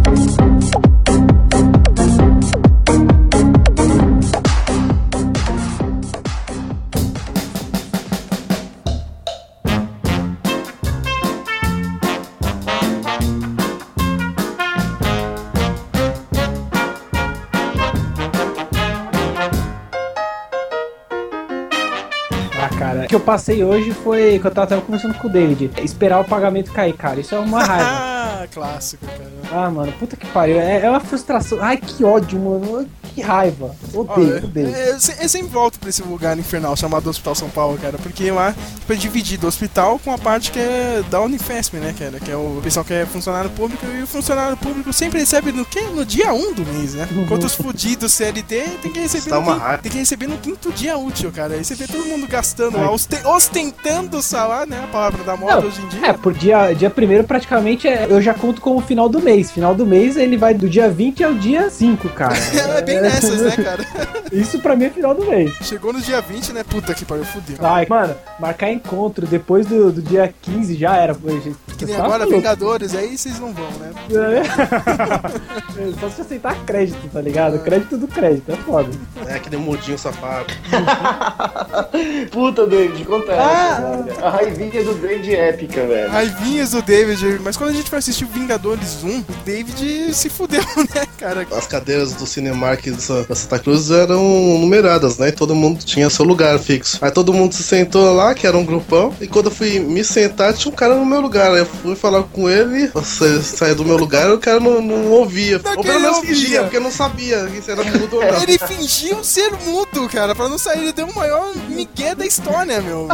O que eu passei hoje foi que eu tava conversando com o David. Esperar o pagamento cair, cara. Isso é uma raiva. Ah, clássico, cara. Ah, mano, puta que pariu. É uma frustração. Ai, que ódio, mano. que raiva. Odeio. Eu sempre volto pra esse lugar infernal chamado Hospital São Paulo, cara, porque lá foi dividido o hospital com a parte que é da Unifesp, né, cara, que é o pessoal que é funcionário público, e o funcionário público sempre recebe no quê? No dia 1 do mês, né? Enquanto os fudidos CLT tem que receber no quinto dia útil, cara. Aí você vê todo mundo gastando lá, ostentando o salário, né, a palavra da moda hoje em dia. Por dia primeiro praticamente eu já conto como final do mês. Final do mês ele vai do dia 20 ao dia 5, cara. É bem nessas, né, cara? Isso pra mim é final do mês. Chegou no dia 20, né? Puta que pariu, fudeu. Ai, mano, marcar encontro depois do dia 15 já era. Que nem agora, Vingadores, aí vocês não vão, né? Só se aceitar crédito, tá ligado? Crédito do crédito, é foda. É aquele mudinho safado. Puta, David, conta essa, velho. A raivinha do David é épica, velho. Raivinhas do David, mas quando a gente foi assistir o Vingadores 1, o David se fudeu, né, cara? As cadeiras do Cinemark da Santa Cruz eram numeradas, né? E todo mundo tinha seu lugar fixo. Aí todo mundo se sentou lá, que era um grupão, e quando eu fui me sentar, tinha um cara no meu lugar. Aí eu fui falar com ele, você saiu do meu lugar, o cara não ouvia. Ou pelo menos fingia, porque eu não sabia se era mudo ou não. Ele fingiu ser mudo, cara, pra não sair. Ele deu o maior migué da história, meu.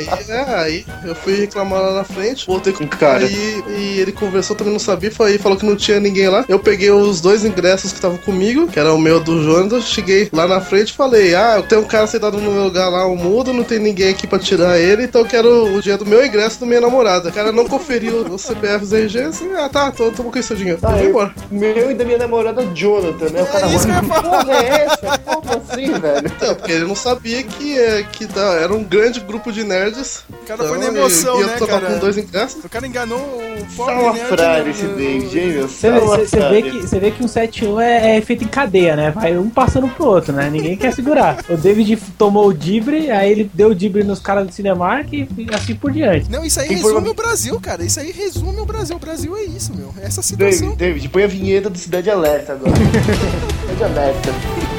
Aí eu fui reclamar lá na frente, voltei com o cara. E ele conversou, também não sabia, falou que não tinha ninguém lá. Eu peguei os 2 ingressos que estavam comigo, que era o meu do Jonas, cheguei lá na frente e falei, tem um cara sentado no meu lugar lá, um mudo, não tem ninguém aqui pra tirar ele, então eu quero o dinheiro do meu ingresso da minha namorada. O cara não conferiu os CPFs RG, assim, tô com esse dinheiro. Vou embora. Meu e da minha namorada Jonathan, né? O cara que porra é essa? Como assim, velho? Então, porque ele não sabia que era um grande grupo de nerds. O cara foi na emoção, né, cara? Com 2 ingressos. O cara enganou o Salafrário esse David, hein, meu? Você vê que um 7-1 é feito em cadeia, né? Vai um passando pro outro, né? Ninguém quer segurar. O David tomou o dibre, aí ele deu o dibre nos caras do Cinemark e assim por diante. Não, isso aí resume o Brasil, cara. Isso aí resume o Brasil. O Brasil é isso, meu. É essa situação. David, põe a vinheta do Cidade Alerta agora. Cidade Alerta.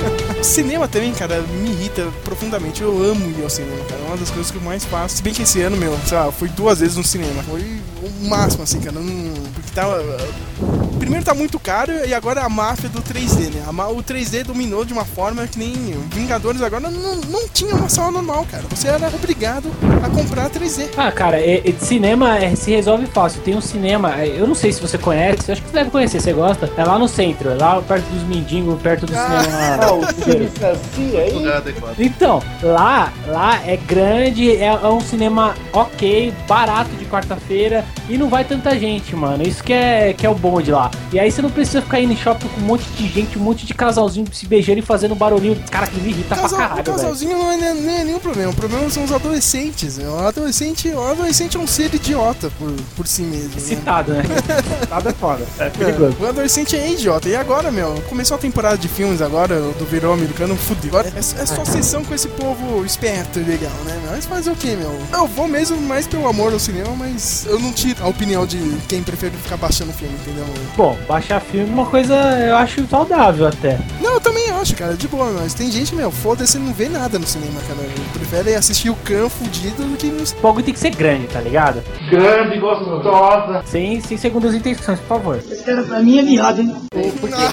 O cinema também, cara, me irrita profundamente. Eu amo ir ao cinema, cara. É uma das coisas que eu mais faço. Se bem que esse ano, meu, sei lá, eu fui 2 vezes no cinema. Foi o máximo, assim, cara. Porque tava... Primeiro tá muito caro e agora a máfia do 3D, né? O 3D dominou de uma forma que nem Vingadores agora não tinha uma sala normal, cara. Você era obrigado a comprar 3D. Cara, cinema se resolve fácil. Tem um cinema, eu não sei se você conhece, eu acho que você deve conhecer, você gosta. É lá no centro, é lá perto dos mendigos, perto do cinema. O Cine Saci aí? Então, lá é grande, é um cinema ok, barato de quarta-feira e não vai tanta gente, mano. Isso que é o bom de lá. E aí você não precisa ficar indo em shopping com um monte de gente, um monte de casalzinho se beijando e fazendo barulhinho. Cara, que me irrita pra caralho, o casalzinho não é nenhum problema. O problema são os adolescentes. O adolescente é um ser idiota por si mesmo. Citado, né? Citado é foda. É perigoso. O adolescente é idiota. E agora, meu, começou a temporada de filmes agora, do verão americano, fudeu. Agora é só sessão com esse povo esperto e legal, né, meu? Mas fazer o quê, meu? Eu vou mesmo mais pelo amor ao cinema, mas eu não tiro a opinião de quem prefere ficar baixando o filme, entendeu? Bom, baixar filme é uma coisa, eu acho saudável até. Não, eu também acho, cara, de boa, mas tem gente, meu, foda-se, não vê nada no cinema, cara. Prefere assistir o Khan fudido do que no... O bagulho tem que ser grande, tá ligado? Grande, gostosa. Sem segundas intenções, por favor. Esse cara pra mim é viado, hein? Por quê?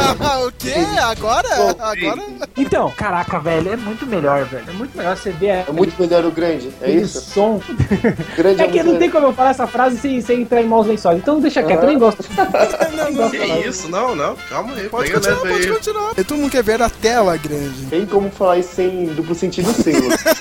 O quê? Agora? Agora? Então, caraca, velho, é muito melhor, velho. É muito melhor você ver... É muito melhor o grande, é isso? O som. Grande é que não tem como eu falar essa frase sem entrar em maus lençóis. Então deixa quieto, eu nem gosto. Que isso? Não, calma aí. Pode continuar. Todo mundo quer ver a tela grande. Tem como falar isso sem duplo sentido sim.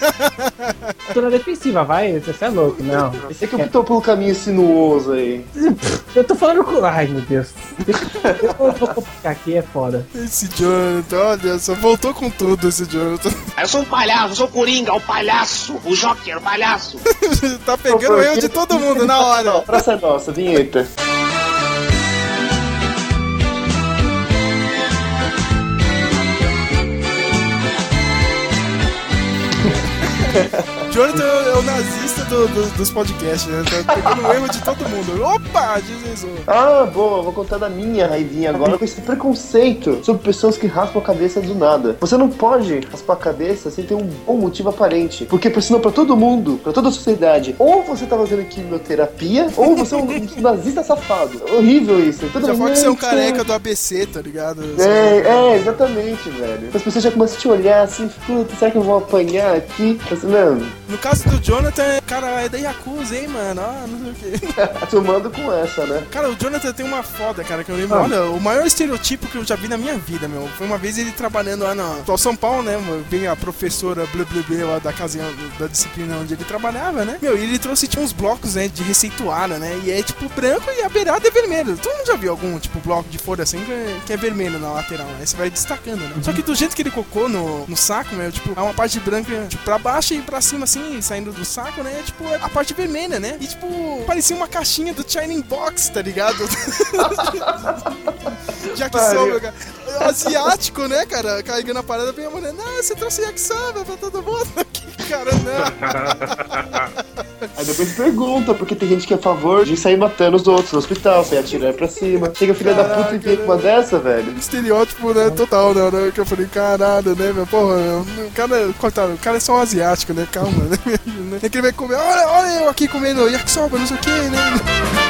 Tô na defensiva, vai, você é louco, não. Esse aqui optou pelo caminho sinuoso aí. Eu tô falando com... Ai, meu Deus. Eu vou complicar aqui, é foda. Esse Jonathan, olha só, voltou com tudo esse Jonathan. Eu sou um palhaço, eu sou o Coringa, o palhaço, o Joker, o palhaço. Tá pegando o erro de todo mundo na hora. Praça nossa, vinheta. Jonathan é o nazista dos podcasts, né? Tá pegando o erro de todo mundo. Opa, deslizou. Ah, boa, vou contar da minha raivinha agora com esse preconceito sobre pessoas que raspam a cabeça do nada. Você não pode raspar a cabeça sem ter um bom motivo aparente. Porque senão pra todo mundo, pra toda a sociedade, ou você tá fazendo quimioterapia, ou você é um nazista safado. Horrível isso. Todo Já mundo, pode ser um careca do ABC, tá ligado? Exatamente, velho. As pessoas já começam a te olhar assim, puta, será que eu vou apanhar aqui? Assim, não. No caso do Jonathan, cara, é da Yakuza, hein, mano? Ah, não sei o quê. Tomando com essa, né? Cara, o Jonathan tem uma foda, cara, que eu lembro. Olha, o maior estereotipo que eu já vi na minha vida, meu. Foi uma vez ele trabalhando lá no São Paulo, né? Veio a professora blá lá da casinha, da disciplina onde ele trabalhava, né? Meu, e ele trouxe, tinha uns blocos, né, de receituária, né? E é tipo branco e a beirada é vermelho. Todo mundo já viu algum, tipo, bloco de folha assim que é vermelho na lateral, né? Aí você vai destacando, né? Só que do jeito que ele colocou no saco, meu, tipo, é uma parte branca, tipo, pra baixo e pra cima, assim, saindo do saco, né? Tipo, a parte vermelha, né? E, tipo, parecia uma caixinha do Shining Box, tá ligado? Yakisoba, cara. Asiático, né, cara? Carregando a parada, vem a mulher, não, você trouxe yakisoba pra todo mundo aqui, cara, não. Aí depois pergunta, porque tem gente que é a favor de sair matando os outros no hospital, sair atirando pra cima. Chega filha da puta e vem com uma dessa, velho. Estereótipo, né, total, né, que eu falei, caralho, né, meu, porra, o cara, coitado, o cara é só um asiático, né, calma, né, é que ele vai comer, olha eu aqui comendo yakisoba, não sei o que, né.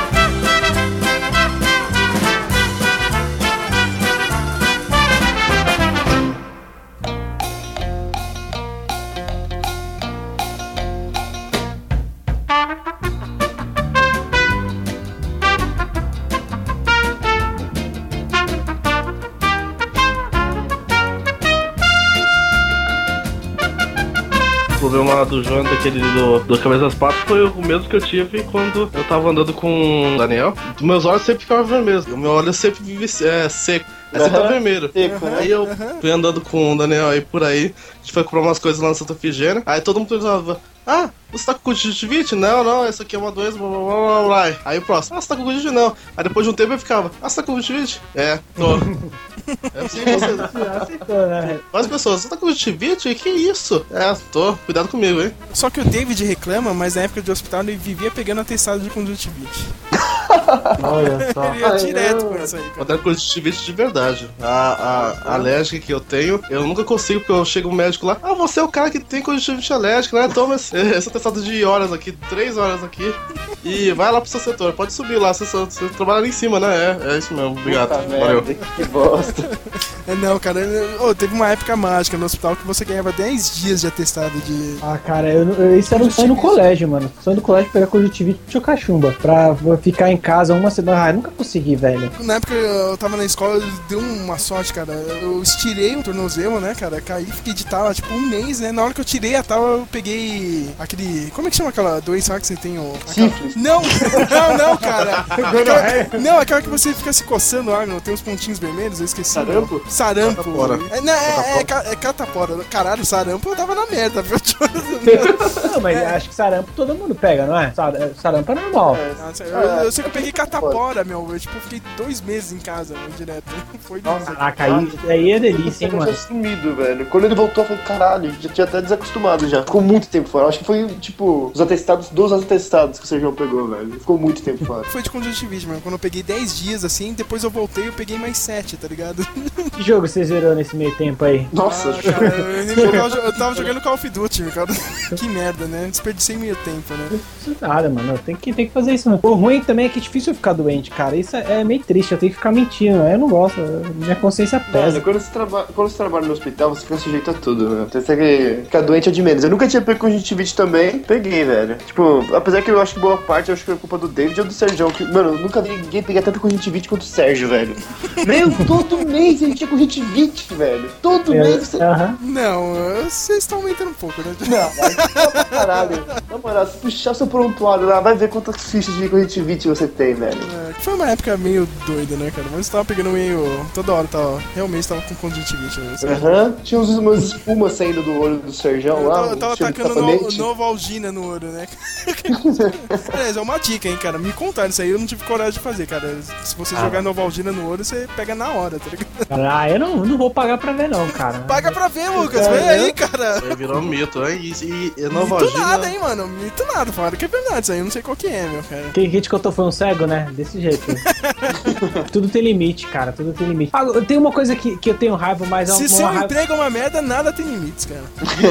O problema do João, daquele do Cabeça das Patas, foi o mesmo que eu tive quando eu tava andando com o Daniel. Meus olhos sempre ficavam vermelhos, o meu olho sempre vive seco. Aí você tá vermelho. Seco, né? Aí eu fui andando com o Daniel aí por aí, a gente foi comprar umas coisas lá na Santa Efigênia. Aí todo mundo perguntava, ah, você tá com conjuntivite? Não, essa aqui é uma doença, blá blá blá blá. Aí o próximo, ah, você tá com conjuntivite? Não. Aí depois de um tempo eu ficava, ah, você tá com conjuntivite? É, tô. É assim que você... Aceitou, né? As pessoas, você tá com conjuntivite? Que isso? É, tô, cuidado comigo, hein? Só que o David reclama, mas na época de hospital ele vivia pegando atestado de conjuntivite. Olha só. Ele ia direto com isso aí, Eu cara. tenho conjuntivite de verdade. A alérgica que eu tenho, eu nunca consigo, porque eu chego no médico lá, ah, você é o cara que tem conjuntivite alérgica, né? Toma esse atestado de horas aqui, 3 horas aqui, e vai lá pro seu setor, pode subir lá, você trabalha ali em cima, né? É isso mesmo, obrigado, Puta valeu. merda, que bosta. Não, cara, teve uma época mágica no hospital que você ganhava 10 dias de atestado de... Ah, cara, isso era um sonho no colégio, mano. Sonho do colégio pegar conjuntivite e cachumba. Pra ficar em casa uma semana. Ah, nunca consegui, velho. Na época eu tava na escola, deu uma sorte, cara. Eu estirei o tornozelo, né, cara? Caí, fiquei de tala, tipo, um mês, né? Na hora que eu tirei a tala, eu peguei aquele... Como é que chama aquela doença lá que você tem? Sífilis. Não, cara. Não, aquela que você fica se coçando lá, tem uns pontinhos vermelhos, eu esqueci. Sarampo? Sarampo. Catapora. É catapora. Caralho, sarampo eu tava na merda, viu? Não, mas acho que sarampo todo mundo pega, não é? Sarampo é normal. Nossa, eu sei que eu peguei catapora, meu. Eu, tipo, fiquei 2 meses em casa, meu, direto. Foi lindo. Caraca, aí é delícia, hein, Eu mano. tinha sumido, velho. Quando ele voltou, eu falei, caralho, já tinha até desacostumado já. Ficou muito tempo fora. Acho que foi, tipo, os atestados, 2 atestados que o Sérgio pegou, velho. Ficou muito tempo fora. Foi de conjuntivite, mano. Quando eu peguei 10 dias, assim, depois eu voltei, eu peguei mais 7, tá ligado? Que jogo você zerou nesse meio tempo aí? Nossa, Cara, eu tava jogando Call of Duty, cara. Que merda, né? Desperdicei meio tempo, né? Isso nada, mano. Tem que fazer isso, mano. O ruim também é que é difícil ficar doente, cara. Isso é meio triste. Eu tenho que ficar mentindo. Eu não gosto. Minha consciência pesa. Mano, quando você trabalha no hospital, você fica sujeito a tudo, né? Você tem que ficar doente é de menos. Eu nunca tinha pego conjuntivite também, peguei, velho. Tipo, apesar que eu acho que boa parte, eu acho que é culpa do David ou do Sérgio. Mano, eu nunca vi ninguém pegar tanta conjuntivite quanto o Sérgio, velho. Meu, todo mês ele tinha conjuntivite, velho. Todo mês você... Aham. Não, vocês estão aumentando um pouco, né? Não, mas pra caralho. Na moral, se puxar seu prontuário lá, vai ver quantas fichas de conjuntivite você tem, velho. Foi uma época meio doida, né, cara? Mas eu tava pegando meio... Toda hora, realmente tava com conjuntivite, né? Aham, tinha umas espumas saindo do olho do Serjão lá. Eu tava cheio de tacando sabonete. Novalgina no olho, né? Aliás, é uma dica, hein, cara. Me contaram isso aí, eu não tive coragem de fazer, cara. Se você jogar Novalgina no olho, você pega na hora, tá ligado? Eu não vou pagar pra ver, não, cara. Paga pra ver, Lucas. Vem aí, cara. Virou um mito, hein? E Mito Novalgina... nada, hein, mano. Mito nada. Falaram que é verdade isso aí. Eu não sei qual que é, meu, cara. Quem te contou foi um cego, né? Desse jeito. Tudo tem limite, cara. Tudo tem limite. Tem uma coisa que eu tenho raiva, mas é uma Se seu raiva... emprego é uma merda, nada tem limites, cara.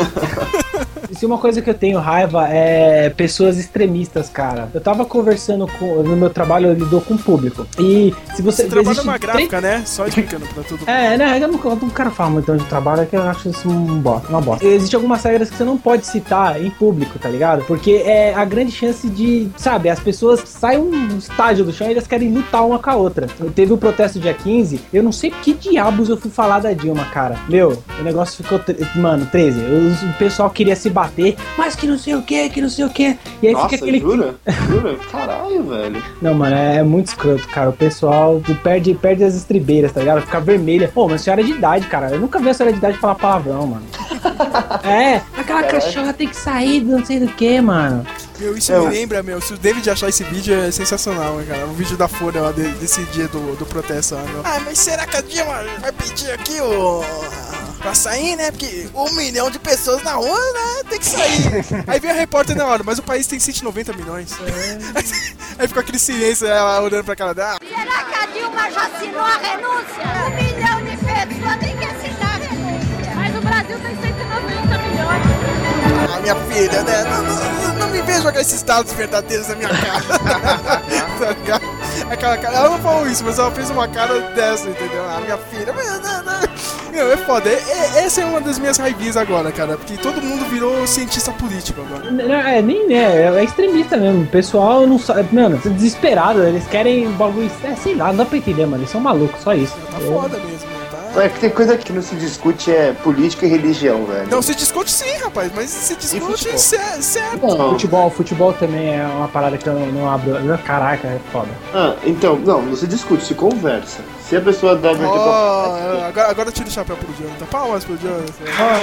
Se uma coisa que eu tenho raiva é pessoas extremistas, cara. Eu tava conversando no meu trabalho, eu lido com o público. E se você trabalha numa gráfica, né? Só explicando pra todo mundo. Né? Eu não quero falar muito onde trabalho, que eu acho isso uma bosta. Existem algumas regras que você não pode citar em público, tá ligado? Porque é a grande chance de, sabe, as pessoas saem um estágio do chão e elas querem lutar uma com a outra. Teve o protesto dia 15, eu não sei que diabos eu fui falar da Dilma, cara. Meu, o negócio ficou, 13. O pessoal queria se bater, mas que não sei o que, que não sei o que. E aí Nossa, fica aquele... jura? Caralho, velho. Não, mano, é muito escroto, cara. O pessoal perde as estribeiras, tá ligado? Fica vermelha. Pô, mas senhora é de idade, cara. Eu nunca vi a senhora de idade falar palavrão, mano. Aquela cachorra tem que sair do não sei do que, mano. Meu, isso me lembra, meu, se o David achar esse vídeo é sensacional, né, cara? O vídeo da Folha lá desse dia do protesto lá, meu. Ah, mas será que a Dilma vai pedir aqui pra sair, né? Porque 1 milhão de pessoas na rua, né? Tem que sair. Aí vem a repórter na hora, mas o país tem 190 milhões. Aí ficou aquele silêncio, ela olhando pra cara dela. Será que a Dilma já assinou a renúncia? 1 milhão de pessoas tem que assinar a renúncia. Mas o Brasil tem 190 milhões. Ah, minha filha, né? Não me vejo jogar esses dados verdadeiros na minha cara. Tá ligado? Aquela cara, ela não falou isso, mas ela fez uma cara dessa, entendeu? Ah, minha filha, meu, é foda. Essa é uma das minhas raivinhas agora, cara, porque todo mundo virou cientista político agora. É extremista mesmo. O pessoal não sabe, mano, desesperado, eles querem bagulho, sei lá, não dá pra entender, mano, eles são malucos, só isso. Tá foda mesmo. É que tem coisa que não se discute, é política e religião, velho. Não, se discute sim, rapaz, mas se discute certo. Futebol também é uma parada que eu não abro. Caraca, é foda. Então, não se discute, se conversa. Se a pessoa dá agora tira o chapéu pro Jonathan. Palmas pro Jonathan.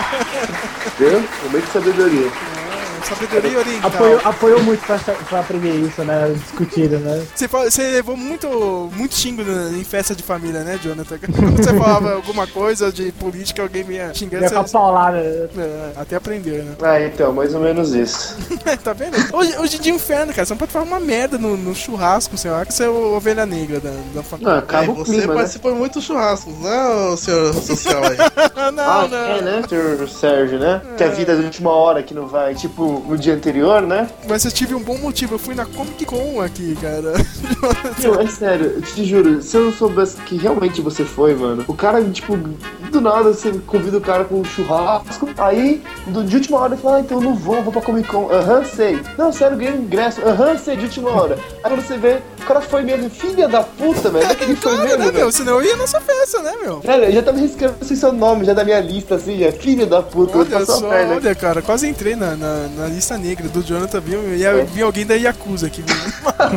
Viu? Momento de sabedoria. Sabedoria oriental. Apoiou muito pra aprender isso, né? Discutindo, né? Você levou muito xingo em festa de família, né, Jonathan? Quando você falava alguma coisa de política, alguém vinha xingando. Ia com a paulada. Até aprender, né? Então, mais ou menos isso. Tá vendo? Hoje de inferno, cara. Você não pode falar uma merda no churrasco, sei lá, que você é o ovelha negra da família. Acaba o você clima, participou de muitos churrascos, né, senhor social aí? Não. Né, senhor Sérgio, né? Que a vida de última hora que não vai, tipo, no dia anterior, né? Mas eu tive um bom motivo, eu fui na Comic Con aqui, cara. Não, é sério, eu te juro, se eu não soubesse que realmente você foi, mano, o cara, tipo, do nada você convida o cara com um churrasco, aí, de última hora ele fala, então eu não vou pra Comic Con. Sei. Não, sério, ganhei um ingresso. sei, de última hora. Aí quando você vê, o cara foi mesmo, filha da puta, velho. É que ele foi mesmo, né, meu? Senão eu ia nessa festa, né, meu? Cara, eu já tava riscando assim seu nome, já da minha lista, assim, filha da puta. Olha, cara, quase entrei na lista negra do Jonathan, viu? E vi alguém da Yakuza aqui, viu?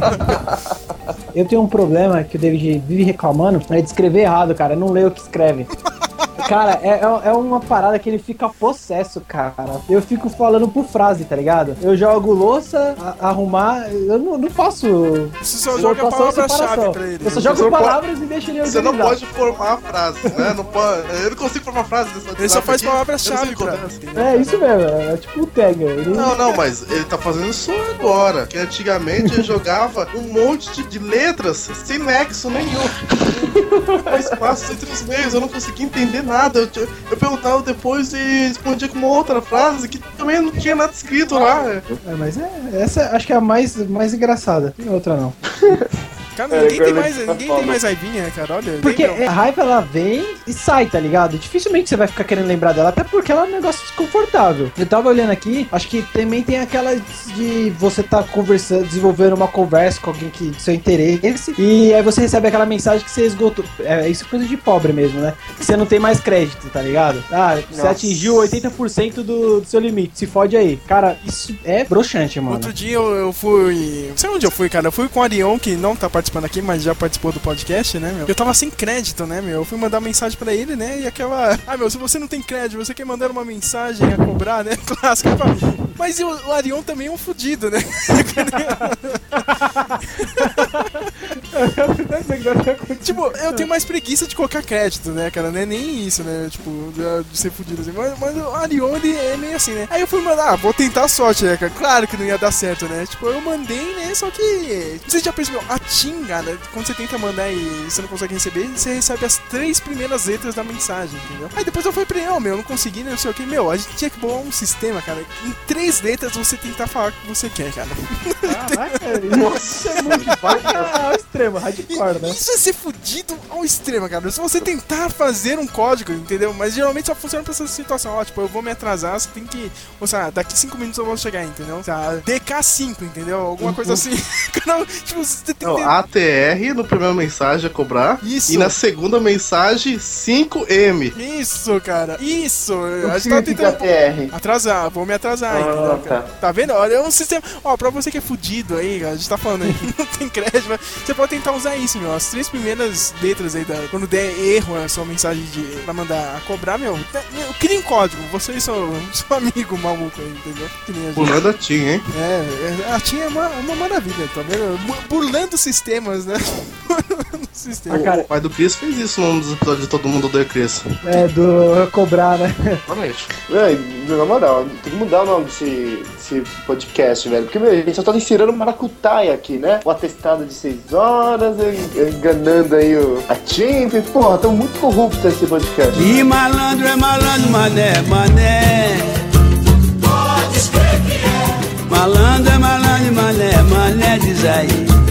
Eu tenho um problema que o David vive reclamando, é de escrever errado, cara. Eu não leio o que escreve. Cara, é uma parada que ele fica possesso, cara. Eu fico falando por frase, tá ligado? Eu jogo louça, arrumar, eu não faço... Você só joga palavra-chave pra ele. Eu só jogo palavras e deixo ele organizar. Você não pode formar a frase, né? Não pode, eu não consigo formar frase dessa. Ele só faz palavra-chave pra... É isso mesmo, é tipo o tag. Não, mas ele tá fazendo isso agora. Que antigamente ele jogava um monte de letras sem nexo nenhum. Com espaços entre os meios, eu não conseguia entender nada. Eu perguntava depois e respondia com uma outra frase que também não tinha nada escrito lá. Mas essa acho que é a mais engraçada. Não tem outra não. Cara, ninguém tem mais raivinha, cara, olha. Porque a raiva, ela vem e sai, tá ligado? Dificilmente você vai ficar querendo lembrar dela, até porque ela é um negócio desconfortável. Eu tava olhando aqui, acho que também tem aquela de você tá conversando, desenvolvendo uma conversa com alguém que seu interesse, e aí você recebe aquela mensagem que você esgotou. Isso é coisa de pobre mesmo, né? Que você não tem mais crédito, tá ligado? Você atingiu 80% do seu limite, se fode aí. Cara, isso é broxante, mano. Outro dia eu fui... Não sei onde eu fui, cara. Eu fui com o Arion, que não tá participando aqui, mas já participou do podcast, né, meu? Eu tava sem crédito, né, meu? Eu fui mandar mensagem pra ele, né? E aquela... meu, se você não tem crédito, você quer mandar uma mensagem a cobrar, né? Clássico. Mas o Arion também é um fudido, né? Tipo, eu tenho mais preguiça de colocar crédito, né, cara? Não é nem isso, né? Tipo, de ser fudido assim. Mas o Arion, ele é meio assim, né? Aí eu fui mandar, vou tentar a sorte, né, cara? Claro que não ia dar certo, né? Tipo, eu mandei, né? Só que. Você já percebeu? A TIM, cara, quando você tenta mandar e você não consegue receber, você recebe as 3 primeiras letras da mensagem, entendeu? Aí depois eu falei pra ele, eu não consegui, né? Não sei o que. Meu, a gente tinha que bolar um sistema, cara. Em 3 letras você tentar falar o que você quer, cara. Nossa, é muito ao extremo, hardcore, né? Isso é ser fudido ao extremo, cara. Se você tentar fazer um código, entendeu? Mas geralmente só funciona pra essa situação. Ó, tipo, eu vou me atrasar, você tem que... Ou seja, daqui 5 minutos eu vou chegar, entendeu? DK5, entendeu? Alguma coisa assim. Não, tipo, você tem que... ATR no primeira mensagem a cobrar. Isso. E na segunda mensagem, 5M. Isso, cara. Isso. A gente que tá significa tentando... ATR? Atrasar, vou me atrasar, entendeu, cara? Tá vendo? Olha, é um sistema... Ó, pra você que é fudido aí, a gente tá falando aí, não tem crédito, mas você pode tentar usar isso, meu. As 3 primeiras letras aí, quando der erro a sua mensagem pra mandar a cobrar, meu, cria um código. Você e seu amigo maluco aí, entendeu? Que nem a gente. Pulando a TIM, hein? A TIM é uma maravilha, tá vendo? Burlando sistemas, né? Burlando sistemas. O pai do Chris fez isso num dos episódios de Todo Mundo Odeia Chris. Do cobrar, né? Exatamente. Na moral, tem que mudar o nome desse podcast, velho. Porque, meu, a gente só tá ensinando maracutaia aqui, né? O atestado de 6 horas, enganando aí a TIM. Porra, tão muito corrupto esse podcast. E malandro é malandro, mané, mané. Pode escrever que é. Malandro é malandro, mané, mané, diz aí.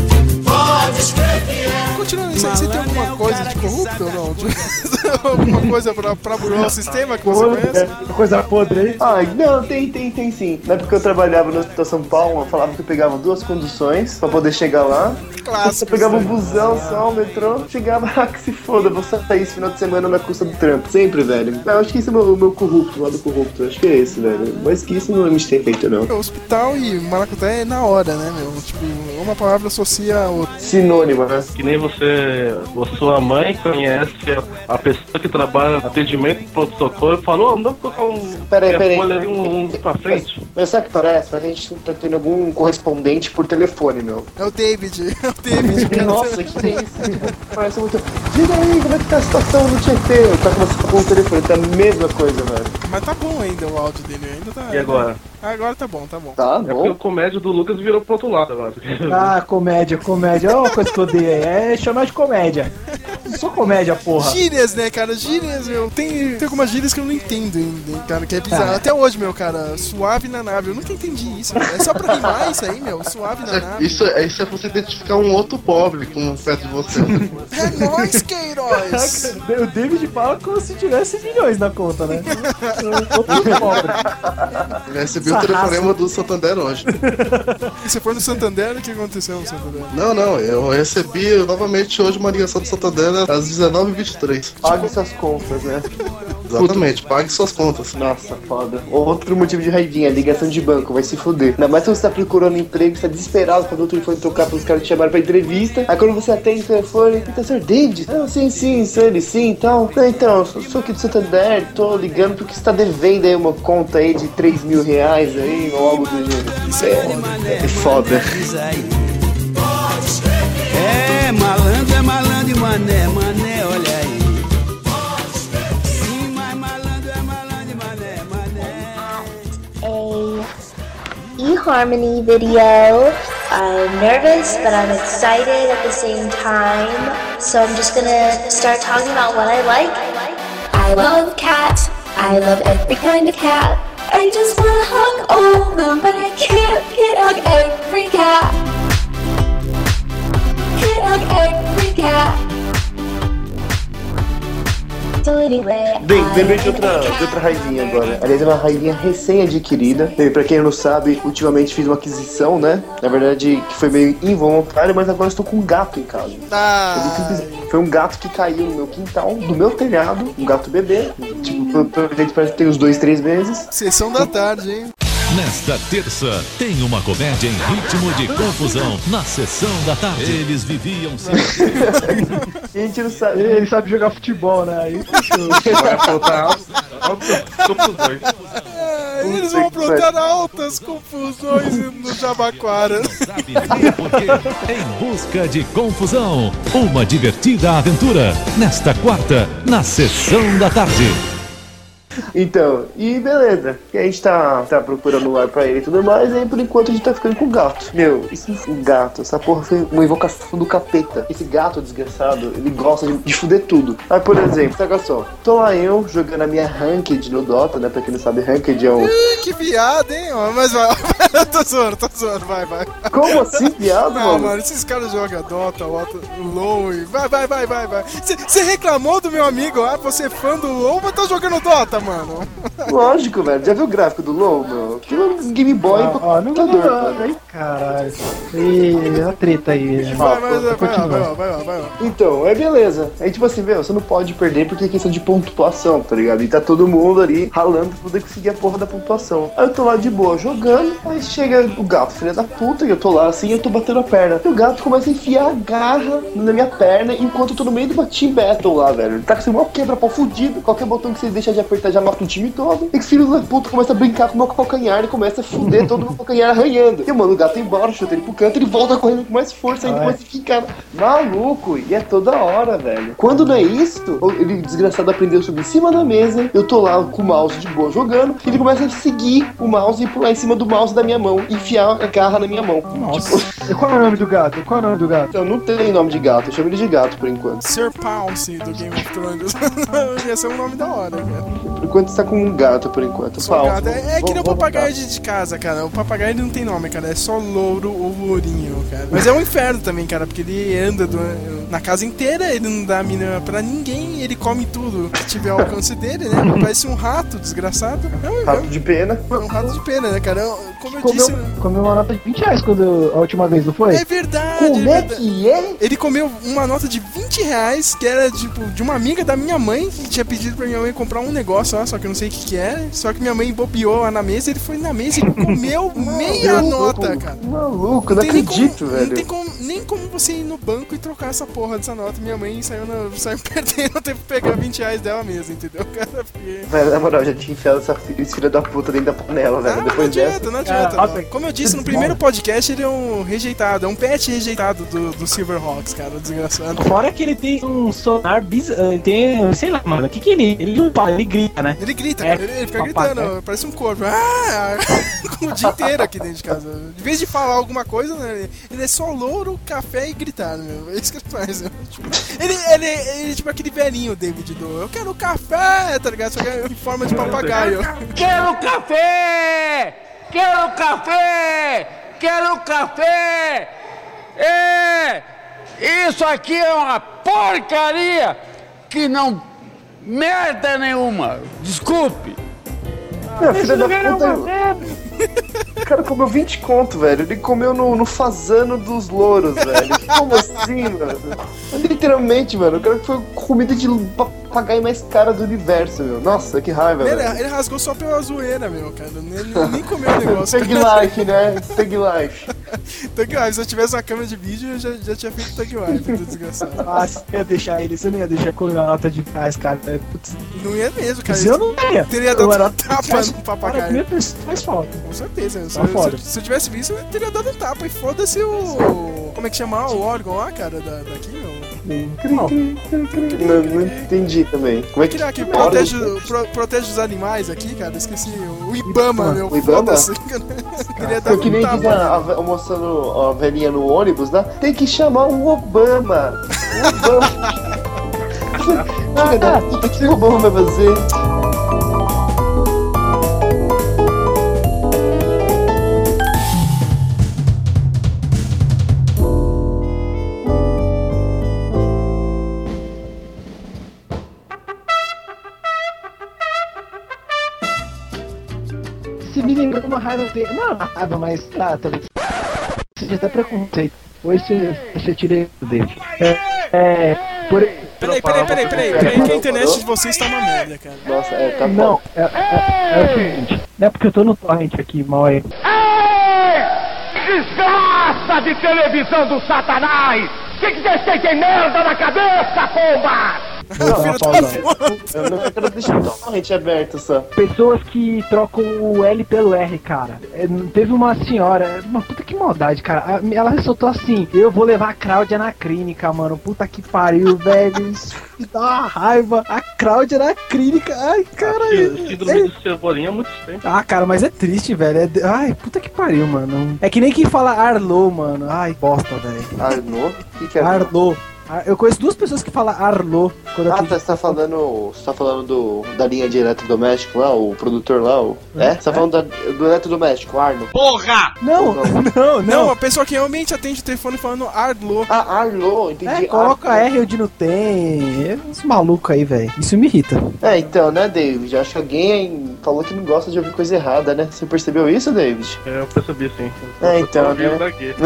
Pode escrever que é. Continuando isso aí, você tem alguma coisa de corrupto ou não? Alguma coisa pra burlar o sistema que você conhece? Coisa podre aí. Ah, não, tem sim. Na época que eu trabalhava no Hospital São Paulo, eu falava que eu pegava 2 conduções pra poder chegar lá. Clássico. Eu pegava um busão só, um metrô, chegava, que se foda, vou sair esse final de semana na custa do trampo. Sempre, velho. Eu acho que esse é o meu corrupto, o lado corrupto. Eu acho que é esse, velho. Mas que isso não me tem feito, não. O hospital e maracutaia é na hora, né, meu? Tipo, uma palavra associa a outra. Sinônima, né? Que nem você, sua mãe conhece a pessoa que trabalha no atendimento do pronto-socorro e falou, não dá pra colocar um... Peraí. ali um pra frente. Mas sabe o que parece? Mas a gente tá tendo algum correspondente por telefone, meu. É o David, cara. Nossa, que é isso? Parece muito... Diga aí, como é que tá a situação no Tietê? Tá com o telefone, tá a mesma coisa, velho. Mas tá bom ainda o áudio dele, ainda tá... E agora? Agora tá bom. Tá É porque o bom. comédia do Lucas virou pro outro lado agora. Ah, comédia. É uma coisa que eu odeio aí. É chamar de comédia. Não sou comédia, porra. Gírias, né, cara? Gírias, meu. Tem algumas gírias que eu não entendo ainda, cara, que é bizarro. Até hoje, meu, cara, suave na nave. Eu nunca entendi isso, cara. É só pra rimar isso aí, meu. Suave na nave. Isso é você identificar um outro pobre com perto de você. É nóis, Queiroz! O David fala como se tivesse milhões na conta, né? Outro pobre. Eu recebi o telefonema do Santander hoje. E você foi no Santander? O que aconteceu no Santander? Não, eu recebi novamente hoje uma ligação do Santander às 19h23. Pague suas contas, né? Exatamente, pague suas contas. Nossa, foda. Outro motivo de raivinha, ligação de banco, vai se foder. Ainda mais se você tá procurando emprego, você tá desesperado quando o telefone tocar pros caras te chamarem pra entrevista. Aí quando você atende o telefone, então, Sr. David? Ah, sim, ele sim, então. Então, eu sou aqui do Santander, tô ligando porque você tá devendo aí uma conta aí de 3 mil reais aí, ou algo do gênero. Isso é foda. É malandro e mané, mané, olha aí. Sim, mas malandro é malandro e mané, mané. A eHarmony video. I'm nervous, but I'm excited at the same time. So I'm just gonna start talking about what I like. I love cats. I love every kind of cat. I just wanna hug all of them, but I can't hug every cat. Can't hug every cat. Bem, lembrei de outra raivinha agora. Aliás, é uma raivinha recém-adquirida. Bem, pra quem não sabe, ultimamente fiz uma aquisição, né? Na verdade, que foi meio involuntário, mas agora estou com um gato em casa. Foi um gato que caiu no meu quintal, do meu telhado, um gato bebê. Tipo, pelo jeito parece que tem uns 2, 3 meses. Sessão da tarde, hein? Nesta terça, tem uma comédia em ritmo de confusão na sessão da tarde. Eles viviam A gente não sabe. Ele sabe jogar futebol, né? Aí Vai faltar algo confusões. Eles vão aprontar altas confusões no Jabaquara. Sabe nem por quê? Em busca de confusão. Uma divertida aventura. Nesta quarta, na Sessão da Tarde. Então, e beleza. E a gente tá procurando um lar pra ele e tudo mais, e aí por enquanto a gente tá ficando com o gato. Meu, esse gato, essa porra foi uma invocação do capeta. Esse gato desgraçado, ele gosta de fuder tudo. Aí, por exemplo, saca só, tô lá eu jogando a minha Ranked no Dota, né? Pra quem não sabe, Ranked é um... Que viado, hein? Mas vai, tô zoando, vai. Como assim, viado, Não, mano? esses caras jogam Dota, LoL e... Vai. Você reclamou do meu amigo lá, você é fã do LoL, mas tá jogando Dota, mano. Lógico, velho. Já viu o gráfico do LoL, meu? Aquilo é um Game Boy não computador, velho. Caralho. E a treta aí. Vai lá. Então, beleza. Aí tipo assim, meu, você não pode perder porque é questão de pontuação, tá ligado? E tá todo mundo ali ralando pra poder conseguir a porra da pontuação. Aí eu tô lá de boa jogando, aí chega o gato, filha da puta, e eu tô lá assim, eu tô batendo a perna. E o gato começa a enfiar a garra na minha perna enquanto eu tô no meio de uma team battle lá, velho. Ele tá com esse maior quebra-pau fudido, qualquer botão que você deixa de apertar já mata o time todo. E que filho da puta começa a brincar com o meu calcanhar e começa a fuder todo o meu calcanhar arranhando. E mano, o gato embora, chuta ele pro canto, ele volta correndo com mais força ainda, começa a ficar maluco. E é toda hora, velho. Quando não é isso, ele desgraçado aprendeu subir em cima da mesa, eu tô lá com o mouse de boa jogando, e ele começa a seguir o mouse e pular em cima do mouse da minha mão, enfiar a garra na minha mão. Nossa. E qual é o nome do gato? Eu não tenho nome de gato, eu chamo ele de gato por enquanto. Sir Pounce do Game of Thrones. Ia ser um nome da hora, cara. Por enquanto você tá com um gato, por enquanto. Gato. É que nem o papagaio de casa, cara. O papagaio ele não tem nome, cara. É só louro ou lourinho, cara. Mas é um inferno também, cara, porque ele anda na casa inteira, ele não dá mina pra ninguém, ele come tudo que tiver ao alcance dele, né? Parece um rato desgraçado. Rato de pena. É um rato de pena, né, cara? Como eu disse... Comeu uma nota de 20 reais a última vez, não foi? É verdade. Como é que é? Ele comeu uma nota de 20 reais, que era, tipo, de uma amiga da minha mãe, que tinha pedido pra minha mãe comprar um negócio lá, só que eu não sei o que era. Só que minha mãe bobeou lá na mesa, ele foi na mesa e comeu meia nota, cara. Maluco, não acredito, velho. Não tem nem como você ir no banco e trocar essa porra dessa nota. Minha mãe saiu perdendo, teve que pegar 20 reais dela mesmo, entendeu, cara? Porque... Velho, na moral, já tinha enfiado essa filha da puta dentro da panela, velho. Depois não adianta. Como eu disse no primeiro podcast, ele é um rejeitado, é um pet rejeitado do Silverhawks, cara, o desgraçado. Fora que ele tem um sonar bizarro, ele tem, sei lá, mano, o que ele não fala, ele grita, né? Ele grita, cara, ele fica gritando, parece um corpo. O dia inteiro aqui dentro de casa. De vez de falar alguma coisa, né, ele é só louro, café e gritar, meu. É isso que ele faz, né? Ele é tipo aquele velhinho, David, do eu quero café, tá ligado? Só que é em forma de papagaio. Quero café! Quero café! Quero café! Isso aqui é uma porcaria que não merda nenhuma. Desculpe. Meu, filho da puta. O cara comeu 20 conto, velho. Ele comeu no fazano dos louros, velho. Como assim, mano? Literalmente, mano. O cara foi comida de papagaio mais cara do universo, meu. Nossa, que raiva, velho. Ele rasgou só pela zoeira, meu, cara. Ele nem comeu o negócio. Tag life, né? Tag life. Tag life. Se eu tivesse uma câmera de vídeo, eu já tinha feito tag life, desgraçado. Você ia deixar ele, você não ia deixar com a nota de reais, cara. Putz. Não ia mesmo, cara. Eu não ia. Teria dado tapa no papagaio. Faz falta. Com certeza. Se eu tivesse visto, eu teria dado um tapa. E foda-se o... Como é que chama o órgão lá, cara, daqui, meu? Não entendi também. Como é que protege os animais aqui, cara? Esqueci. O Ibama, meu. O Ibama? Queria dar eu que nem diz a moça, a velhinha no ônibus, né? Tem que chamar o Obama. Filha da puta, que o Obama vai fazer? Me lembrou uma raiva dele. Não, uma raiva, mas talvez seja até preconceito. Hoje você tirei dele. Peraí, que a internet de vocês tá uma merda, cara. Nossa, tá bom. Não, é o seguinte. Não é porque eu tô no torrent aqui, mal aí. Ei! Desgraça de televisão do Satanás! Que vocês têm merda na cabeça, pomba? Eu não quero deixar totalmente aberto só. Pessoas que trocam o L pelo R, cara. Teve uma senhora, uma puta que maldade, cara. Ela ressaltou assim: eu vou levar a Cláudia na clínica, mano. Puta que pariu, velho. Isso me dá uma raiva. A Cláudia na clínica. Ai, caralho. Síndrome de Cebolinha é muito estranho. Ah, cara, mas é triste, velho. Ai, puta que pariu, mano. É que nem quem fala Arlô, mano. Ai, bosta, velho. Arlô? O que é Arlô? Eu conheço duas pessoas que falam Arlô. Você tá falando da linha de eletrodoméstico lá, o produtor lá, Você tá falando do eletrodoméstico, Arno? Porra! Não, a pessoa que realmente atende o telefone falando Arlô. Ah, Arlô, entendi. Coloca R onde não tem. Uns malucos aí, velho. Isso me irrita. Então, né, David? Acho que alguém falou que não gosta de ouvir coisa errada, né? Você percebeu isso, David? Eu percebi, sim. Então, né?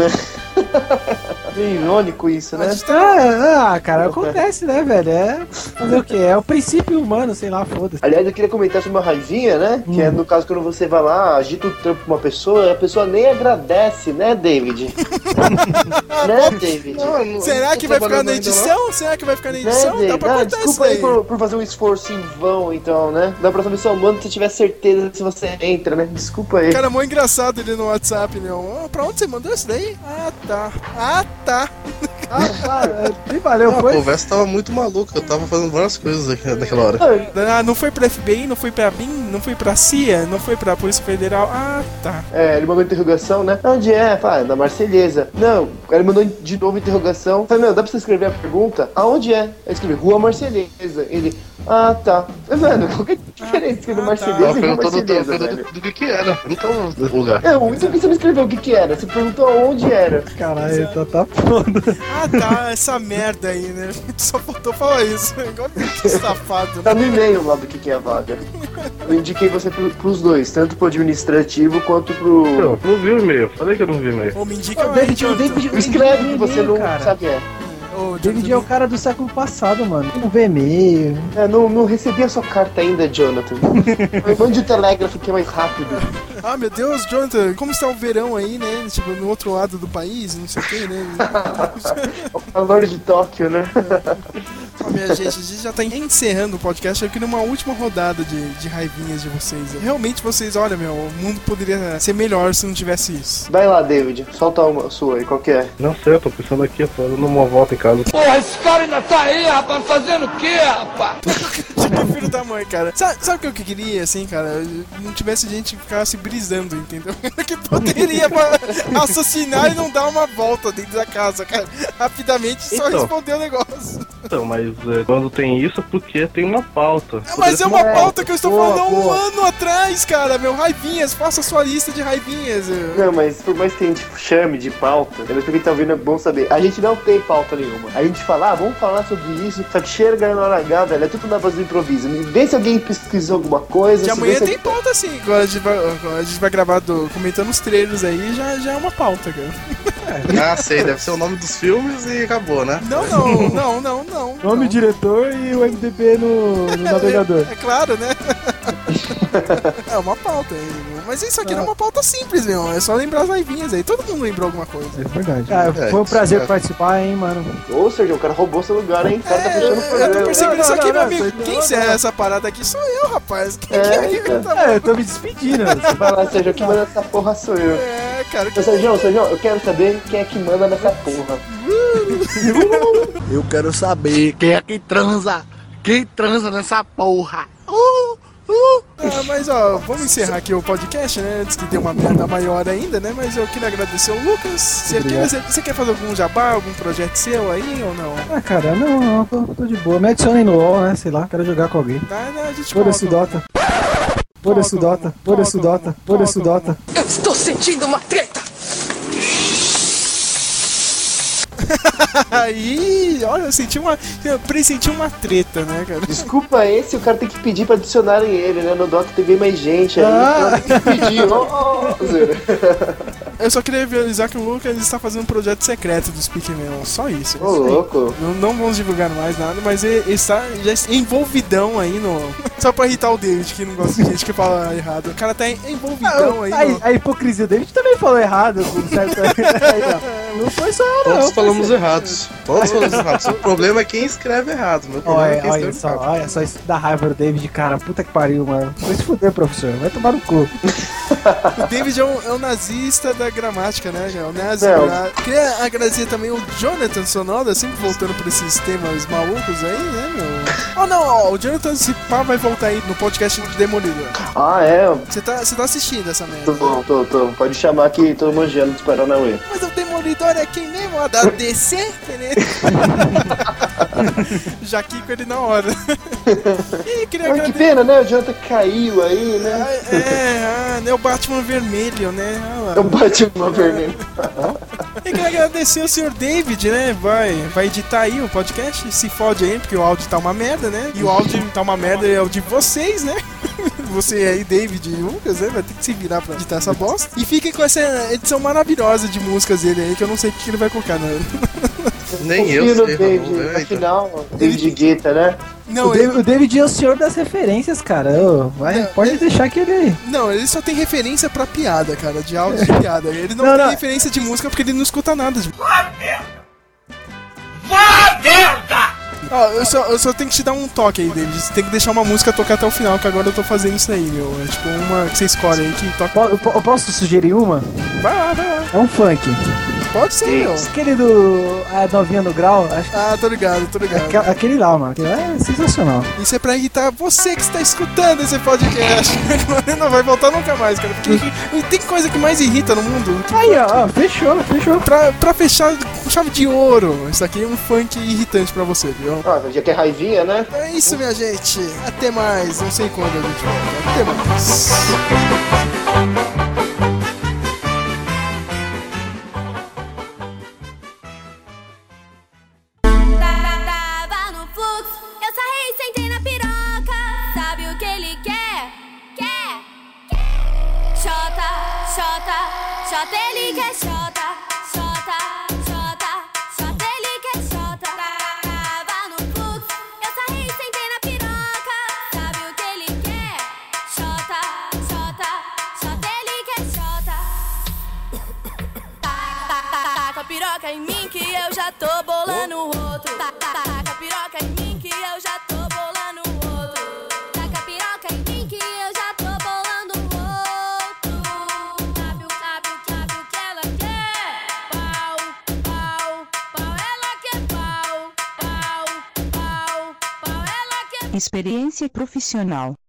Bem irônico isso, né? Cara, acontece, né, velho? Fazer o quê? É o princípio humano, sei lá, foda-se. Aliás, eu queria comentar sobre uma raivinha, né? Que é no caso quando você vai lá, agita o trampo pra uma pessoa, a pessoa nem agradece, né, David? Né, David? Será que vai ficar na edição? Será que vai ficar na edição? Né, dá pra cortar desculpa isso aí por fazer um esforço em vão, então, né? Da próxima vez, mano, se tiver certeza se você entra, né? Desculpa aí. Cara, mó engraçado ele no WhatsApp, meu. Pra onde você mandou isso daí? Ah, tá. Valeu, A conversa tava muito maluca, eu tava fazendo várias coisas aqui naquela hora. Não foi pra FBI, não foi pra BIM, não foi pra CIA, não foi pra Polícia Federal. Ah, tá. Ele mandou interrogação, né? Onde é? Fala, da Marselhesa. Não, ele mandou de novo interrogação. Falei, dá pra você escrever a pergunta? Aonde é? Aí escrevi, Rua Marselesa. Ele, tá. Mano, qual que é a diferença escrever Marselesa e Rua Marselesa, velho? Do que era, não tava no lugar. Então por que você não escreveu o que era? Você perguntou aonde era. Caralho, tá foda. Essa merda aí, né? Só faltou falar isso. Igual que safado. Tá no e-mail lá do que é a vaga. Eu indiquei você pros dois, tanto pro administrativo quanto pro... Não vi o e-mail, falei que eu não vi o e-mail. Me indica o David, escreve que você não sabe o que é. O David é o cara do século passado, mano. Não vê e-mail. Não recebi a sua carta ainda, Jonathan. Mande o telégrafo que é mais rápido. Ah, meu Deus, Jonathan, como está o verão aí, né? Tipo, no outro lado do país, não sei o que, né? O calor de Tóquio, né? Minha gente, a gente já tá encerrando o podcast. Eu queria uma última rodada de raivinhas de vocês. Realmente vocês, olha, meu, o mundo poderia ser melhor se não tivesse isso. Vai lá, David, solta uma sua aí, qual que é? Não sei, eu tô pensando aqui, tô dando uma volta em casa. Porra, esse cara ainda tá aí, rapaz, fazendo o quê, rapaz? Que filho da mãe, cara. Sabe o que eu queria, assim, cara? Não tivesse gente que ficasse brisando, entendeu? Que poderia assassinar e não dar uma volta dentro da casa, cara. Rapidamente só responder o negócio. Então, mas quando tem isso é porque tem uma pauta. Mas é uma pauta que eu estou falando há um ano atrás, cara. Meu, raivinhas, faça a sua lista de raivinhas. Não, mas por mais que a gente chame de pauta, pelo que tá ouvindo é bom saber. A gente não tem pauta nenhuma. A gente fala, vamos falar sobre isso, só que chega na hora H, velho, é tudo na base do improviso. Vê se alguém pesquisou alguma coisa. De amanhã tem pauta sim. Agora a gente vai gravar comentando os trailers aí, já é uma pauta, cara. Sei, deve ser o nome dos filmes e acabou, né? Não. Nome, diretor e o MDB no navegador. É claro, né? É uma pauta aí. Mas isso aqui não é uma pauta simples, meu. É só lembrar as raivinhas aí. Todo mundo lembrou alguma coisa. É verdade. Foi um prazer participar, hein, mano. Ô, Sérgio, o cara roubou seu lugar, hein? O cara tá fechando o programa. Eu tô percebendo isso aqui, meu amigo. Quem encerra essa parada aqui sou eu, rapaz. Eu tô me despedindo. Você vai lá, Sérgio, quem manda nessa porra sou eu. Cara. Sérgio, eu quero saber quem é que manda nessa porra. Eu quero saber quem é que transa. Quem transa nessa porra. Mas vamos encerrar aqui o podcast, né? Antes que dê uma merda maior ainda, né? Mas eu queria agradecer o Lucas. Você quer fazer algum jabá, algum projeto seu aí ou não? Cara, não, tô de boa. Me adicionem no LoL, né? Sei lá, quero jogar com alguém. A gente Foda-se Dota. Foda-se Dota. Foda-se Dota. Foda-se Dota. Eu estou sentindo uma treta. Aí, olha, eu pressenti uma treta, né, cara? Desculpa esse, o cara tem que pedir pra adicionarem ele, né? No Dota tem bem mais gente aí, então tem que pedir, Eu só queria avisar que o Lucas está fazendo um projeto secreto do Speak Melon, só isso. Ô, louco. Não vamos divulgar mais nada, mas ele está já envolvidão aí no... Só pra irritar o David, que não gosta de gente que fala errado. O cara tá envolvidão aí no... A hipocrisia, o David também falou errado, certo? Aí, ó. Não foi só eu, não. Todos falamos errados. Todos falamos errados. O problema é quem escreve errado. Meu problema é quem escreve errado. Olha só, isso dá raiva do David, cara. Puta que pariu, mano. Vai se fuder, professor. Vai tomar no cu. O David é um nazista da gramática, né? É um nazi. Queria agradecer também o Jonathan Sonoda, sempre voltando pra esses temas malucos aí, né, meu? Oh, não, ó, o Jonathan Cipá vai voltar aí no podcast do Demolidor. Ah, é? Você tá assistindo essa merda? Tô. Pode chamar que tô manjando de Paranauê. Mas o Demolidor é quem mesmo? A da DC? Já Kiko ele na hora. E queria que pena, né? O Jonathan caiu aí, né? É o Batman vermelho, né? É o Batman vermelho. E queria agradecer o Sr. David, né? Vai editar aí o podcast. Se fode aí, porque o áudio tá uma merda, né? E o áudio tá uma merda é o de vocês, né? Você aí, David e Lucas, né? Vai ter que se virar pra editar essa bosta. E fiquem com essa edição maravilhosa de músicas dele aí, que eu não sei o que ele vai colocar, né? Nem eu sei, David, afinal, David Guetta, né? Não, o David é o senhor das referências, cara. Pode deixar que ele... Não, ele só tem referência pra piada, cara, de áudio de piada. Ele não tem referência de música porque ele não escuta nada de... Vá merda! Ó, eu só tenho que te dar um toque aí, David. Você tem que deixar uma música tocar até o final, que agora eu tô fazendo isso aí, meu. É tipo uma que você escolhe aí que toca... Eu posso sugerir uma? Vai lá. É um funk. Pode ser, meu. Aquele do... A novinha no grau, acho que... Ah, tô ligado. Aquele lá, mano. Aquele lá é sensacional. Isso é pra irritar você que está escutando esse podcast. Não vai voltar nunca mais, cara. Porque tem coisa que mais irrita no mundo. Aí, ó. Fechou. Pra fechar com chave de ouro. Isso aqui é um funk irritante pra você, viu? Ah, já quer raivinha, né? É isso, minha gente. Até mais. Não sei quando a gente volta. Até mais. Xota, ele quer xota, ele quer xota. Tava no fluxo, eu saí, sentei na piroca. Sabe o que ele quer? Xota, ele quer xota. Tá com a piroca em mim que eu já tô bolando outro. Tá com a piroca em mim que eu já tô bolando outro. Tá com a piroca em mim que eu já tô bolando outro. Sabe o que ela quer? Pau, ela quer pau, ela quer. Experiência profissional.